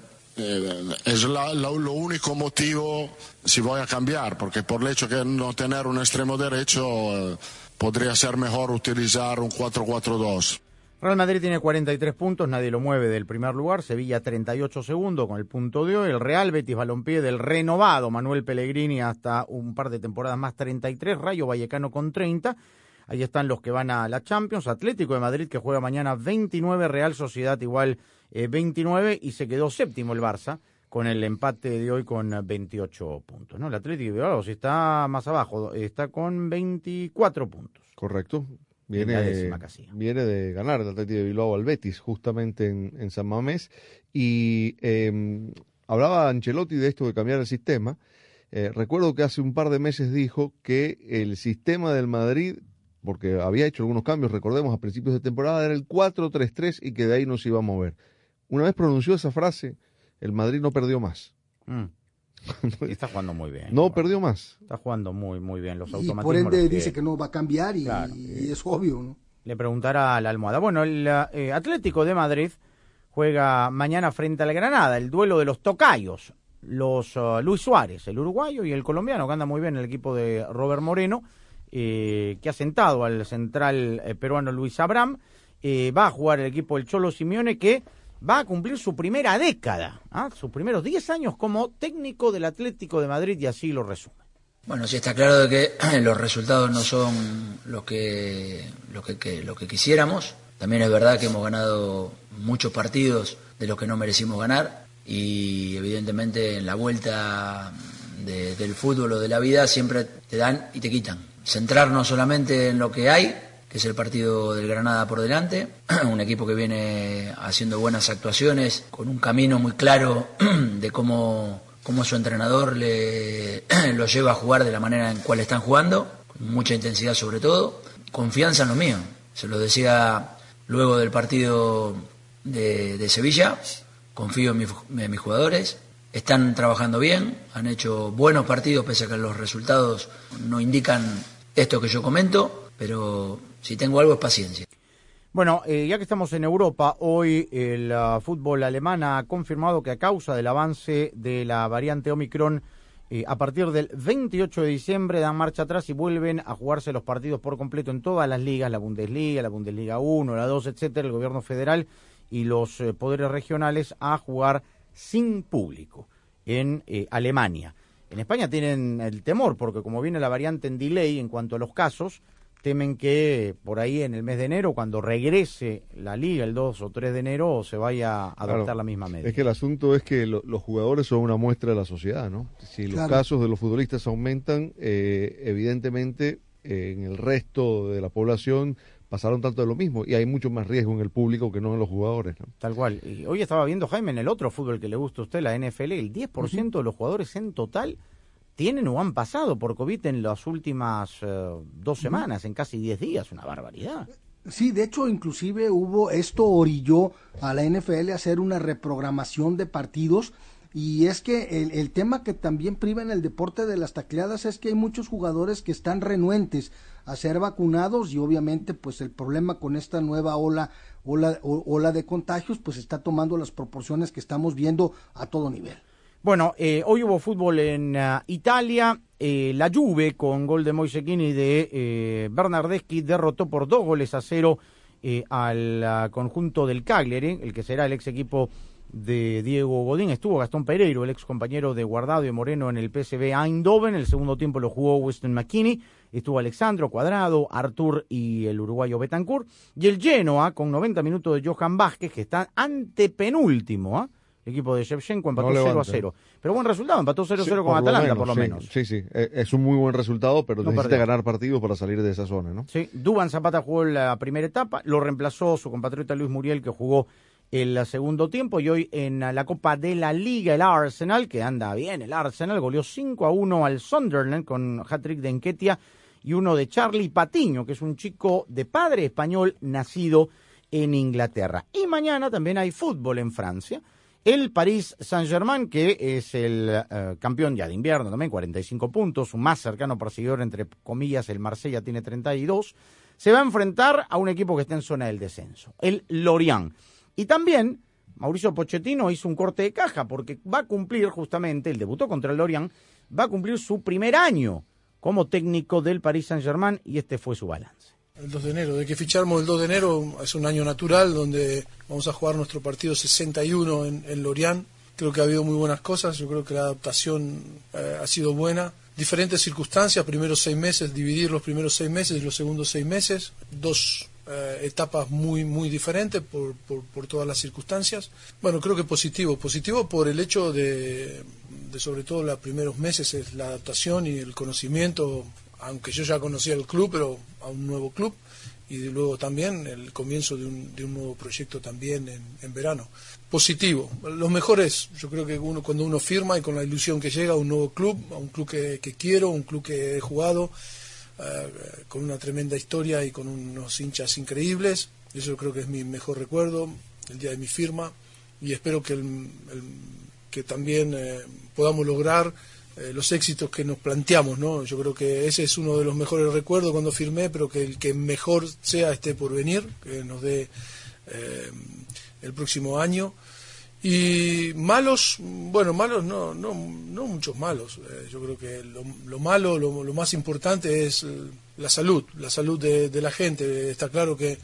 S14: es lo único motivo si voy a cambiar, porque por el hecho de no tener un extremo derecho podría ser mejor utilizar un 4-4-2.
S2: Real Madrid tiene 43 puntos, nadie lo mueve del primer lugar, Sevilla 38 segundos con el punto de hoy, el Real Betis Balompié del renovado Manuel Pellegrini hasta un par de temporadas más 33, Rayo Vallecano con 30, ahí están los que van a la Champions, Atlético de Madrid que juega mañana 29, Real Sociedad igual 29 y se quedó séptimo el Barça con el empate de hoy con 28 puntos, ¿no? El Atlético de Bilbao sí está más abajo, está con 24 puntos.
S4: Correcto. Viene de ganar el Atlético de Bilbao al Betis, justamente en San Mamés. Y hablaba Ancelotti de esto de cambiar el sistema. Recuerdo que hace un par de meses dijo que el sistema del Madrid, porque había hecho algunos cambios, recordemos, a principios de temporada, era el 4-3-3 y que de ahí no se iba a mover. Una vez pronunció esa frase, el Madrid no perdió más.
S2: Y está jugando muy bien.
S4: No perdió más.
S2: Está jugando muy, muy bien los
S3: y
S2: automatismos.
S3: Por ende dice que no va a cambiar y es obvio, ¿no?
S2: Le preguntará a la almohada. Bueno, el Atlético de Madrid juega mañana frente al Granada, el duelo de los tocayos. Los Luis Suárez, el uruguayo, y el colombiano, que anda muy bien el equipo de Robert Moreno, que ha sentado al central peruano Luis Abraham. Va a jugar el equipo del Cholo Simeone, que va a cumplir su primera década, sus primeros 10 años como técnico del Atlético de Madrid, y así lo resume.
S19: Bueno, sí está claro de que los resultados no son lo que quisiéramos. También es verdad que hemos ganado muchos partidos de los que no merecimos ganar, y evidentemente en la vuelta del fútbol o de la vida siempre te dan y te quitan. Centrarnos solamente en lo que hay, que es el partido del Granada por delante, un equipo que viene haciendo buenas actuaciones, con un camino muy claro de cómo su entrenador lo lleva a jugar de la manera en cual están jugando, con mucha intensidad sobre todo, confianza en lo mío. Se lo decía luego del partido de Sevilla, confío en mis jugadores, están trabajando bien, han hecho buenos partidos pese a que los resultados no indican esto que yo comento, pero si tengo algo es paciencia.
S2: Bueno, ya que estamos en Europa, hoy el fútbol alemán ha confirmado que a causa del avance de la variante Omicron, a partir del 28 de diciembre dan marcha atrás y vuelven a jugarse los partidos por completo en todas las ligas, la Bundesliga 1, la 2, etcétera, el gobierno federal y los poderes regionales a jugar sin público en Alemania. En España tienen el temor, porque como viene la variante en delay en cuanto a los casos, temen que por ahí en el mes de enero, cuando regrese la liga el 2 o 3 de enero, se vaya a adoptar la misma medida.
S4: Es que el asunto es que los jugadores son una muestra de la sociedad, ¿no? Si los casos de los futbolistas aumentan, evidentemente en el resto de la población pasaron tanto de lo mismo, y hay mucho más riesgo en el público que no en los jugadores, ¿no?
S2: Tal cual. Y hoy estaba viendo, Jaime, en el otro fútbol que le gusta a usted, la NFL, el 10% de los jugadores en total tienen o han pasado por COVID en las últimas 2 semanas, en casi 10 días, una barbaridad.
S3: Sí, de hecho, inclusive esto orilló a la NFL a hacer una reprogramación de partidos, y es que el tema que también priva en el deporte de las tacleadas es que hay muchos jugadores que están renuentes a ser vacunados, y obviamente pues el problema con esta nueva ola de contagios pues está tomando las proporciones que estamos viendo a todo nivel.
S2: Bueno, hoy hubo fútbol en Italia. La Juve, con gol de Moise Kean y de Bernardeschi, derrotó por 2-0 al conjunto del Cagliari, el que será el ex equipo de Diego Godín. Estuvo Gastón Pereiro, el ex compañero de Guardado y Moreno en el PSV Eindhoven. El segundo tiempo lo jugó Weston McKennie. Estuvo Alexandro, Cuadrado, Artur y el uruguayo Betancourt. Y el Genoa, con 90 minutos de Johan Vázquez, que está antepenúltimo, el equipo de Shevchenko empató 0-0. Pero buen resultado, empató 0-0 con Atalanta, por lo menos.
S4: Sí, es un muy buen resultado, pero necesita ganar partidos para salir de esa zona, ¿no?
S2: Sí, Duván Zapata jugó la primera etapa, lo reemplazó su compatriota Luis Muriel, que jugó el segundo tiempo, y hoy en la Copa de la Liga, el Arsenal, que anda bien, el Arsenal goleó 5-1 al Sunderland con hat-trick de Nketiah y uno de Charlie Patiño, que es un chico de padre español nacido en Inglaterra. Y mañana también hay fútbol en Francia. El Paris Saint-Germain, que es el campeón ya de invierno también, 45 puntos, su más cercano perseguidor, entre comillas, el Marsella, tiene 32, se va a enfrentar a un equipo que está en zona del descenso, el Lorient. Y también Mauricio Pochettino hizo un corte de caja, porque va a cumplir justamente, él debutó contra el Lorient, va a cumplir su primer año como técnico del Paris Saint-Germain, y este fue su balance.
S1: El 2 de enero, de que fichamos el 2 de enero, es un año natural donde vamos a jugar nuestro partido 61 en Lorient. Creo que ha habido muy buenas cosas, yo creo que la adaptación ha sido buena. Diferentes circunstancias, primeros 6 meses, dividir los primeros 6 meses y los segundos 6 meses, 2 etapas muy diferentes por todas las circunstancias. Bueno, creo que positivo por el hecho de sobre todo los primeros meses, es la adaptación y el conocimiento, aunque yo ya conocía el club, pero a un nuevo club, y luego también el comienzo de un nuevo proyecto también en verano. Positivo. Lo mejor es, yo creo que cuando uno firma y con la ilusión que llega a un nuevo club, a un club que quiero, un club que he jugado, con una tremenda historia y con unos hinchas increíbles, eso yo creo que es mi mejor recuerdo, el día de mi firma, y espero que también podamos lograr los éxitos que nos planteamos, ¿no? Yo creo que ese es uno de los mejores recuerdos cuando firmé, pero que el que mejor sea esté por venir, que nos dé el próximo año. Y malos no muchos malos. Yo creo que lo malo, lo más importante es la salud de la gente. Está claro que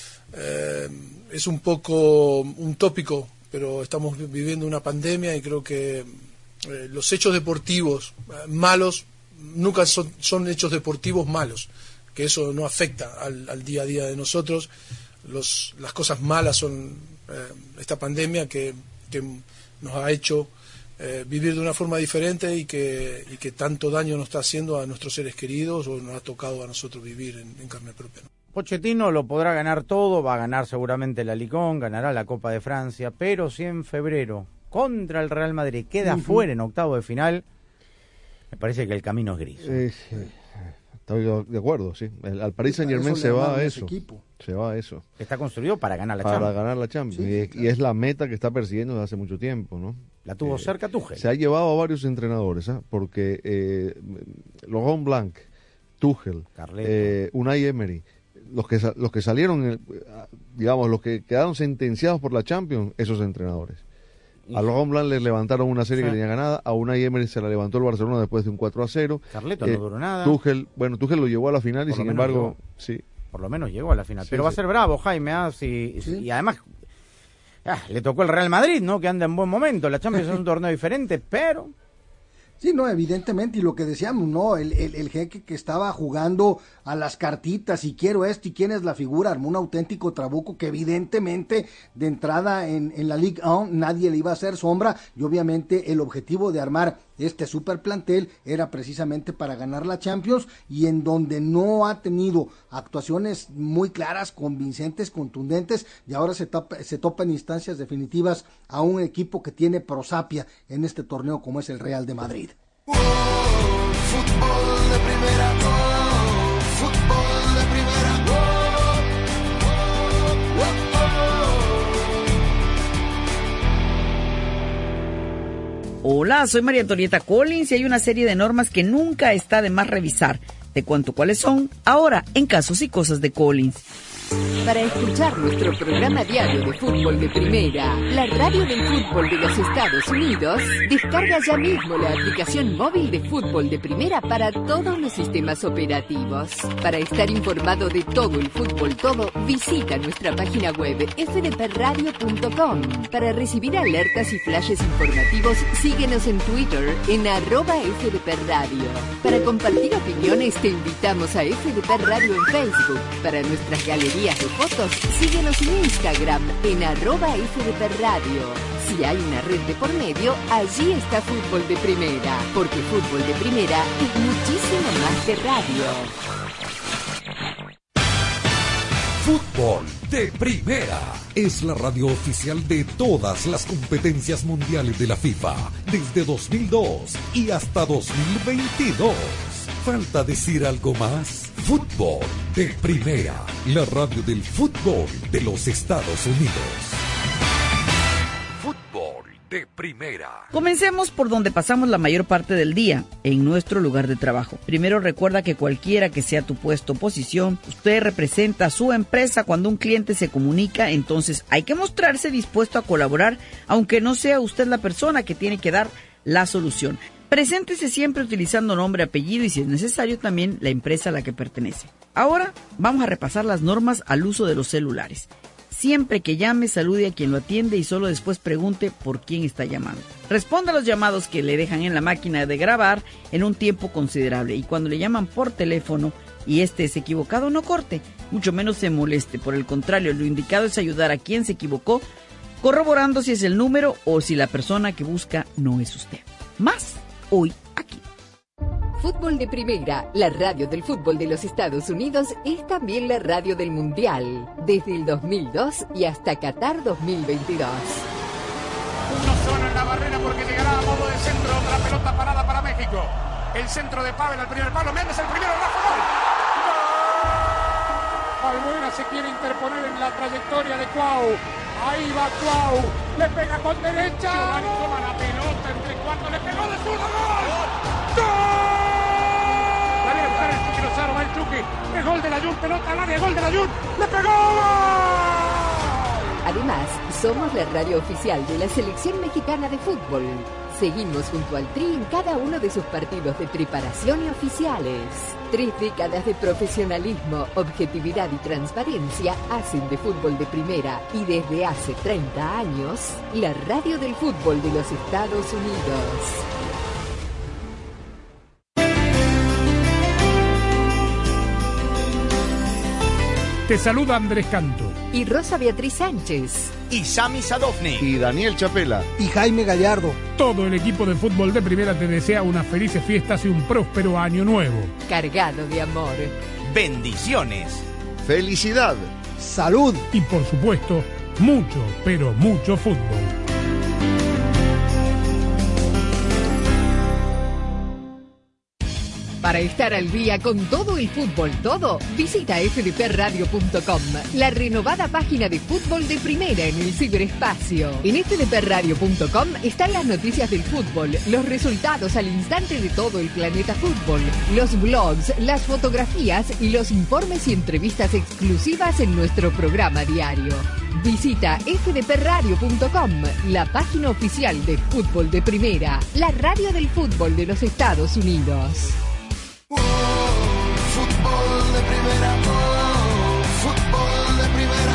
S1: es un poco un tópico, pero estamos viviendo una pandemia y creo que los hechos deportivos malos nunca son hechos deportivos malos, que eso no afecta al día a día de nosotros. Las cosas malas son esta pandemia que nos ha hecho vivir de una forma diferente y que tanto daño nos está haciendo a nuestros seres queridos, o nos ha tocado a nosotros vivir en carne propia, ¿no?
S2: Pochettino lo podrá ganar todo, va a ganar seguramente la Ligue, ganará la Copa de Francia, pero si en febrero contra el Real Madrid queda fuera en octavo de final, me parece que el camino es gris.
S4: Estoy de acuerdo, sí. Al Paris Saint-Germain se va a eso. Se va a eso.
S2: Está construido para ganar la Champions.
S4: Para ganar la Champions. Sí, y es la meta que está persiguiendo desde hace mucho tiempo, ¿no?
S2: La tuvo cerca Tuchel.
S4: Se ha llevado a varios entrenadores, porque Laurent Blanc, Tuchel, Unai Emery, los que salieron, digamos, los que quedaron sentenciados por la Champions, esos entrenadores. A Laurent Blanc le levantaron una serie que tenía ganada, a Unai Emery se la levantó el Barcelona después de un 4-0.
S2: Carleto no duró nada.
S4: Tuchel lo llevó a la final y sin embargo, sí.
S2: Por lo menos llegó a la final. Pero va a ser bravo, Jaime, y además le tocó el Real Madrid, ¿no? Que anda en buen momento. La Champions es un torneo diferente, pero...
S3: Sí, no, evidentemente, y lo que decíamos, ¿no? El jeque que estaba jugando a las cartitas, y quiero esto, y quién es la figura, armó un auténtico trabuco que evidentemente de entrada en la Ligue 1 nadie le iba a hacer sombra, y obviamente el objetivo de armar este super plantel era precisamente para ganar la Champions, y en donde no ha tenido actuaciones muy claras, convincentes, contundentes, y ahora se topa en instancias definitivas a un equipo que tiene prosapia en este torneo como es el Real de Madrid.
S16: primera, fútbol de primera.
S5: Hola, soy María Antonieta Collins y hay una serie de normas que nunca está de más revisar. Te cuento cuáles son ahora en Casos y Cosas de Collins.
S18: Para escuchar nuestro programa diario de fútbol de primera, la radio del fútbol de los Estados Unidos, descarga ya mismo la aplicación móvil de fútbol de primera para todos los sistemas operativos. Para estar informado de todo el fútbol todo, visita nuestra página web fdpradio.com. Para recibir alertas y flashes informativos, síguenos en Twitter en @fdpradio. Para compartir opiniones, te invitamos a FDP Radio en Facebook. Para nuestras galerías de fotos, síguenos en Instagram en @FDP Radio. Si hay una red de por medio, allí está Fútbol de Primera, porque Fútbol de Primera es muchísimo más que radio.
S20: Fútbol de Primera es la radio oficial de todas las competencias mundiales de la FIFA desde 2002 y hasta 2022. ¿Falta decir algo más? Fútbol de Primera, la radio del fútbol de los Estados Unidos. Fútbol de Primera.
S5: Comencemos por donde pasamos la mayor parte del día, en nuestro lugar de trabajo. Primero recuerda que cualquiera que sea tu puesto o posición, usted representa a su empresa. Cuando un cliente se comunica, entonces hay que mostrarse dispuesto a colaborar, aunque no sea usted la persona que tiene que dar la solución. Preséntese siempre utilizando nombre, apellido y, si es necesario, también la empresa a la que pertenece. Ahora vamos a repasar las normas al uso de los celulares. Siempre que llame, salude a quien lo atiende y solo después pregunte por quién está llamando. Responda a los llamados que le dejan en la máquina de grabar en un tiempo considerable, y cuando le llaman por teléfono y este es equivocado, no corte, mucho menos se moleste. Por el contrario, lo indicado es ayudar a quien se equivocó, corroborando si es el número o si la persona que busca no es usted. Más hoy aquí.
S18: Fútbol de Primera, la radio del fútbol de los Estados Unidos, es también la radio del Mundial, desde el 2002 y hasta Qatar 2022.
S21: Uno solo en la barrera porque llegará a modo de centro, otra pelota parada para México. El centro de Pavel al primer palo, Méndez el primero, Rafa, gol. Balbuena se quiere interponer en la trayectoria de Cuau. Ahí va Cuau, le pega con derecha. Giovanni toma la pelota entre cuatro, le pegó de zurdo, gol. ¡Gol! La viene a buscar el Chucky Lozano, va el Chucky. El gol de la Jun, pelota al área, gol de la Jun, le pegó.
S18: Además, somos la radio oficial de la Selección Mexicana de Fútbol. Seguimos junto al Tri en cada uno de sus partidos de preparación y oficiales. 3 décadas de profesionalismo, objetividad y transparencia hacen de Fútbol de Primera, y desde hace 30 años, la radio del fútbol de los Estados Unidos.
S21: Te saluda Andrés Canto.
S18: Y Rosa Beatriz Sánchez.
S2: Y Sami Sadovnik.
S4: Y Daniel Chapela.
S3: Y Jaime Gallardo.
S21: Todo el equipo de Fútbol de Primera te desea unas felices fiestas y un próspero año nuevo.
S18: Cargado de amor.
S2: Bendiciones.
S4: Felicidad.
S3: Salud.
S21: Y por supuesto, mucho, pero mucho fútbol.
S18: Para estar al día con todo el fútbol todo, visita fdpradio.com, la renovada página de Fútbol de Primera en el ciberespacio. En fdpradio.com están las noticias del fútbol, los resultados al instante de todo el planeta fútbol, los blogs, las fotografías y los informes y entrevistas exclusivas en nuestro programa diario. Visita fdpradio.com, la página oficial de Fútbol de Primera, la radio del fútbol de los Estados Unidos.
S16: Fútbol de primera, fútbol de primera.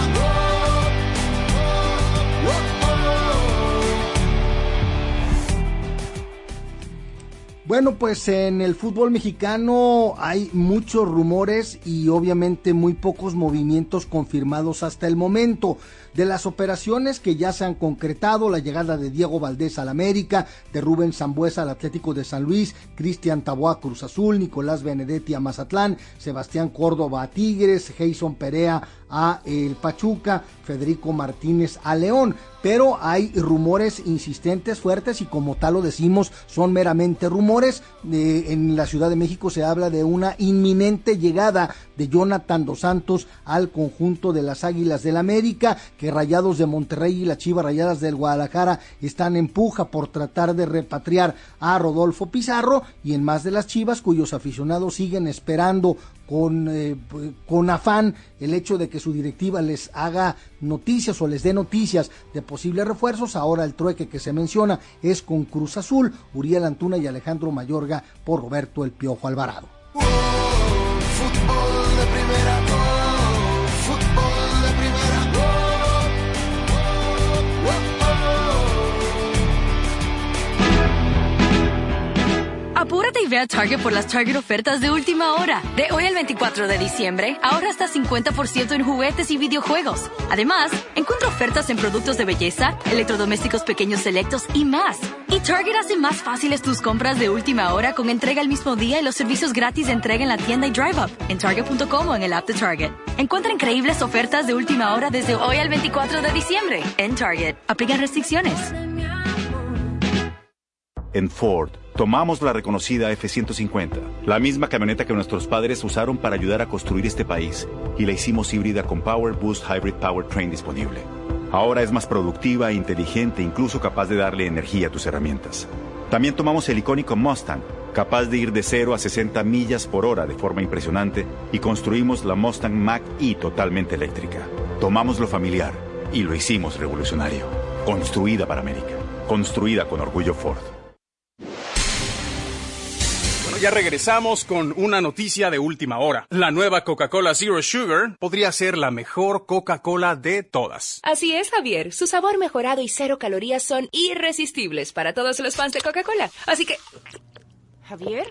S3: Bueno, pues en el fútbol mexicano hay muchos rumores y obviamente muy pocos movimientos confirmados hasta el momento. De las operaciones que ya se han concretado, la llegada de Diego Valdés al América, de Rubén Sambueza al Atlético de San Luis, Cristian Taboada a Cruz Azul, Nicolás Benedetti a Mazatlán, Sebastián Córdoba a Tigres, Jason Perea a el Pachuca, Federico Martínez a León, pero hay rumores insistentes, fuertes, y como tal lo decimos, son meramente rumores, rumores. En la Ciudad de México se habla de una inminente llegada de Jonathan Dos Santos al conjunto de las Águilas del América, que Rayados de Monterrey y las Chivas Rayadas del Guadalajara están en puja por tratar de repatriar a Rodolfo Pizarro, y en más de las Chivas, cuyos aficionados siguen esperando con afán el hecho de que su directiva les haga noticias o les dé noticias de posibles refuerzos. Ahora el trueque que se menciona es con Cruz Azul, Uriel Antuna y Alejandro Mayorga por Roberto El Piojo Alvarado.
S16: Fútbol de primera, fútbol de primera.
S9: Apúrate y ve a Target por las Target ofertas de última hora. De hoy al 24 de diciembre, ahorra hasta 50% en juguetes y videojuegos. Además, encuentra ofertas en productos de belleza, electrodomésticos pequeños selectos y más. Y Target hace más fáciles tus compras de última hora con entrega el mismo día y los servicios gratis de entrega en la tienda y Drive Up, en Target.com o en el app de Target. Encuentra increíbles ofertas de última hora desde hoy al 24 de diciembre en Target. Aplican restricciones.
S6: En Ford, tomamos la reconocida F-150, la misma camioneta que nuestros padres usaron para ayudar a construir este país, y la hicimos híbrida con Power Boost Hybrid Powertrain disponible. Ahora es más productiva e inteligente, incluso capaz de darle energía a tus herramientas. También tomamos el icónico Mustang, capaz de ir de 0 a 60 millas por hora de forma impresionante, y construimos la Mustang Mach-E totalmente eléctrica. Tomamos lo familiar y lo hicimos revolucionario. Construida para América. Construida con orgullo Ford.
S11: Ya regresamos con una noticia de última hora. La nueva Coca-Cola Zero Sugar podría ser la mejor Coca-Cola de todas.
S12: Así es, Javier. Su sabor mejorado y 0 calorías son irresistibles para todos los fans de Coca-Cola. Así que... Javier,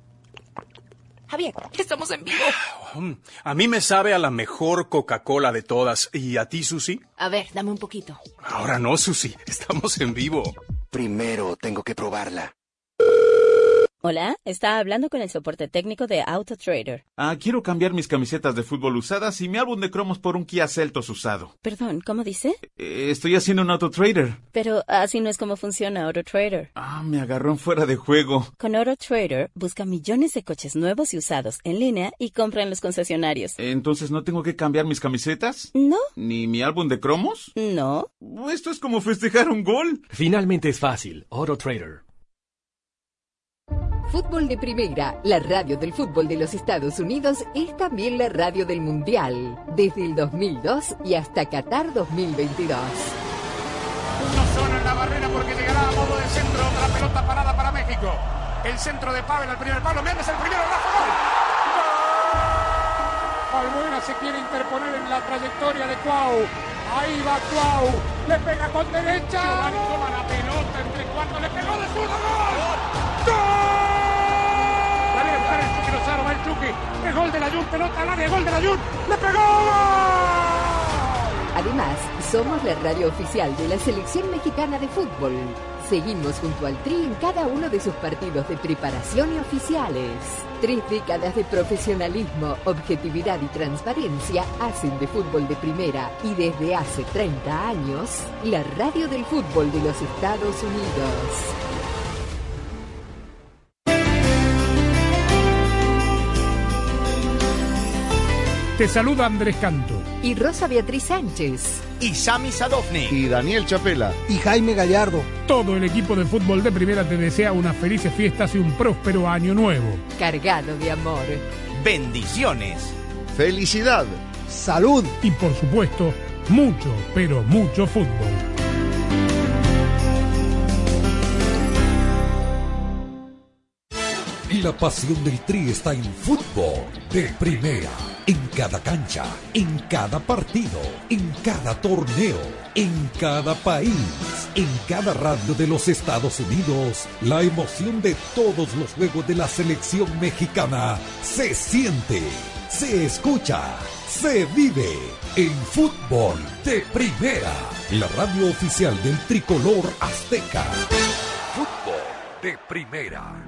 S12: estamos en vivo.
S11: A mí me sabe a la mejor Coca-Cola de todas. ¿Y a ti, Susi?
S12: A ver, dame un poquito.
S11: Ahora no, Susi. Estamos en vivo.
S13: Primero tengo que probarla.
S26: Hola, está hablando con el soporte técnico de AutoTrader.
S7: Quiero cambiar mis camisetas de fútbol usadas y mi álbum de cromos por un Kia Seltos usado.
S26: Perdón, ¿cómo dice?
S7: Estoy haciendo un AutoTrader.
S26: Pero así no es como funciona AutoTrader.
S7: Me agarró en fuera de juego.
S26: Con AutoTrader, busca millones de coches nuevos y usados en línea y compra en los concesionarios.
S7: ¿Entonces no tengo que cambiar mis camisetas?
S26: No.
S7: ¿Ni mi álbum de cromos?
S26: No.
S7: Esto es como festejar un gol.
S15: Finalmente es fácil. AutoTrader.
S18: Fútbol de Primera, la radio del fútbol de los Estados Unidos, es también la radio del Mundial, desde el 2002 y hasta Qatar 2022.
S21: Uno solo en la barrera porque llegará a modo de centro, la pelota parada para México. El centro de Pavel al primer palo, Méndez el primero, Rafa, gol. Albuena se quiere interponer en la trayectoria de Cuau. Ahí va Cuau, le pega con derecha. Giovanni toma la pelota entre cuartos, le pegó de zurda, gol. ¡Gol! Va el Chucky, el gol de la Jun, pelota al área, gol de la Jun, le pegó.
S18: Además, somos la radio oficial de la selección mexicana de fútbol. Seguimos junto al Tri en cada uno de sus partidos de preparación y oficiales. 3 décadas de profesionalismo, objetividad y transparencia hacen de Fútbol de Primera, y desde hace 30 años, la radio del fútbol de los Estados Unidos.
S21: Te saluda Andrés Canto.
S18: Y Rosa Beatriz Sánchez.
S2: Y Sami Sadovnik.
S4: Y Daniel Chapela.
S3: Y Jaime Gallardo.
S21: Todo el equipo de Fútbol de Primera te desea unas felices fiestas y un próspero año nuevo.
S18: Cargado de amor.
S2: Bendiciones.
S4: Felicidad.
S3: Salud.
S21: Y por supuesto, mucho, pero mucho fútbol.
S20: La pasión del Tri está en Fútbol de Primera. En cada cancha, en cada partido, en cada torneo, en cada país, en cada radio de los Estados Unidos, la emoción de todos los juegos de la selección mexicana se siente, se escucha, se vive en Fútbol de Primera, la radio oficial del tricolor azteca. Fútbol de Primera.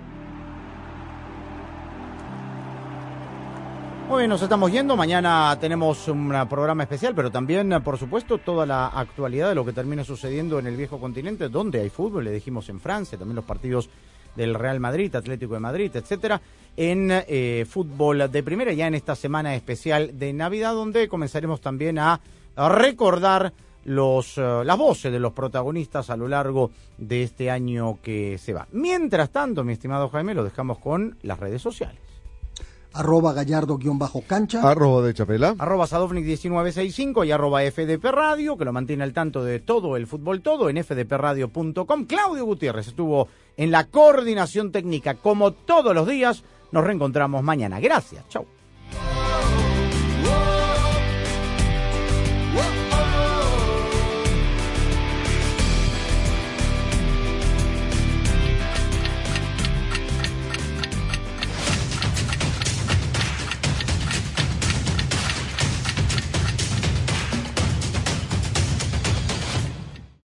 S2: Hoy nos estamos yendo, mañana tenemos un programa especial, pero también, por supuesto, toda la actualidad de lo que termina sucediendo en el viejo continente, donde hay fútbol, le dijimos en Francia, también los partidos del Real Madrid, Atlético de Madrid, etcétera, en fútbol de primera, ya en esta semana especial de Navidad, donde comenzaremos también a recordar las voces de los protagonistas a lo largo de este año que se va. Mientras tanto, mi estimado Jaime, lo dejamos con las redes sociales.
S3: @gallardo_cancha,
S4: @de Chapela,
S2: @sadovnik1965 y @FDP Radio, que lo mantiene al tanto de todo el fútbol todo en fdpradio.com. Claudio Gutiérrez estuvo en la coordinación técnica como todos los días. Nos reencontramos mañana. Gracias. Chau.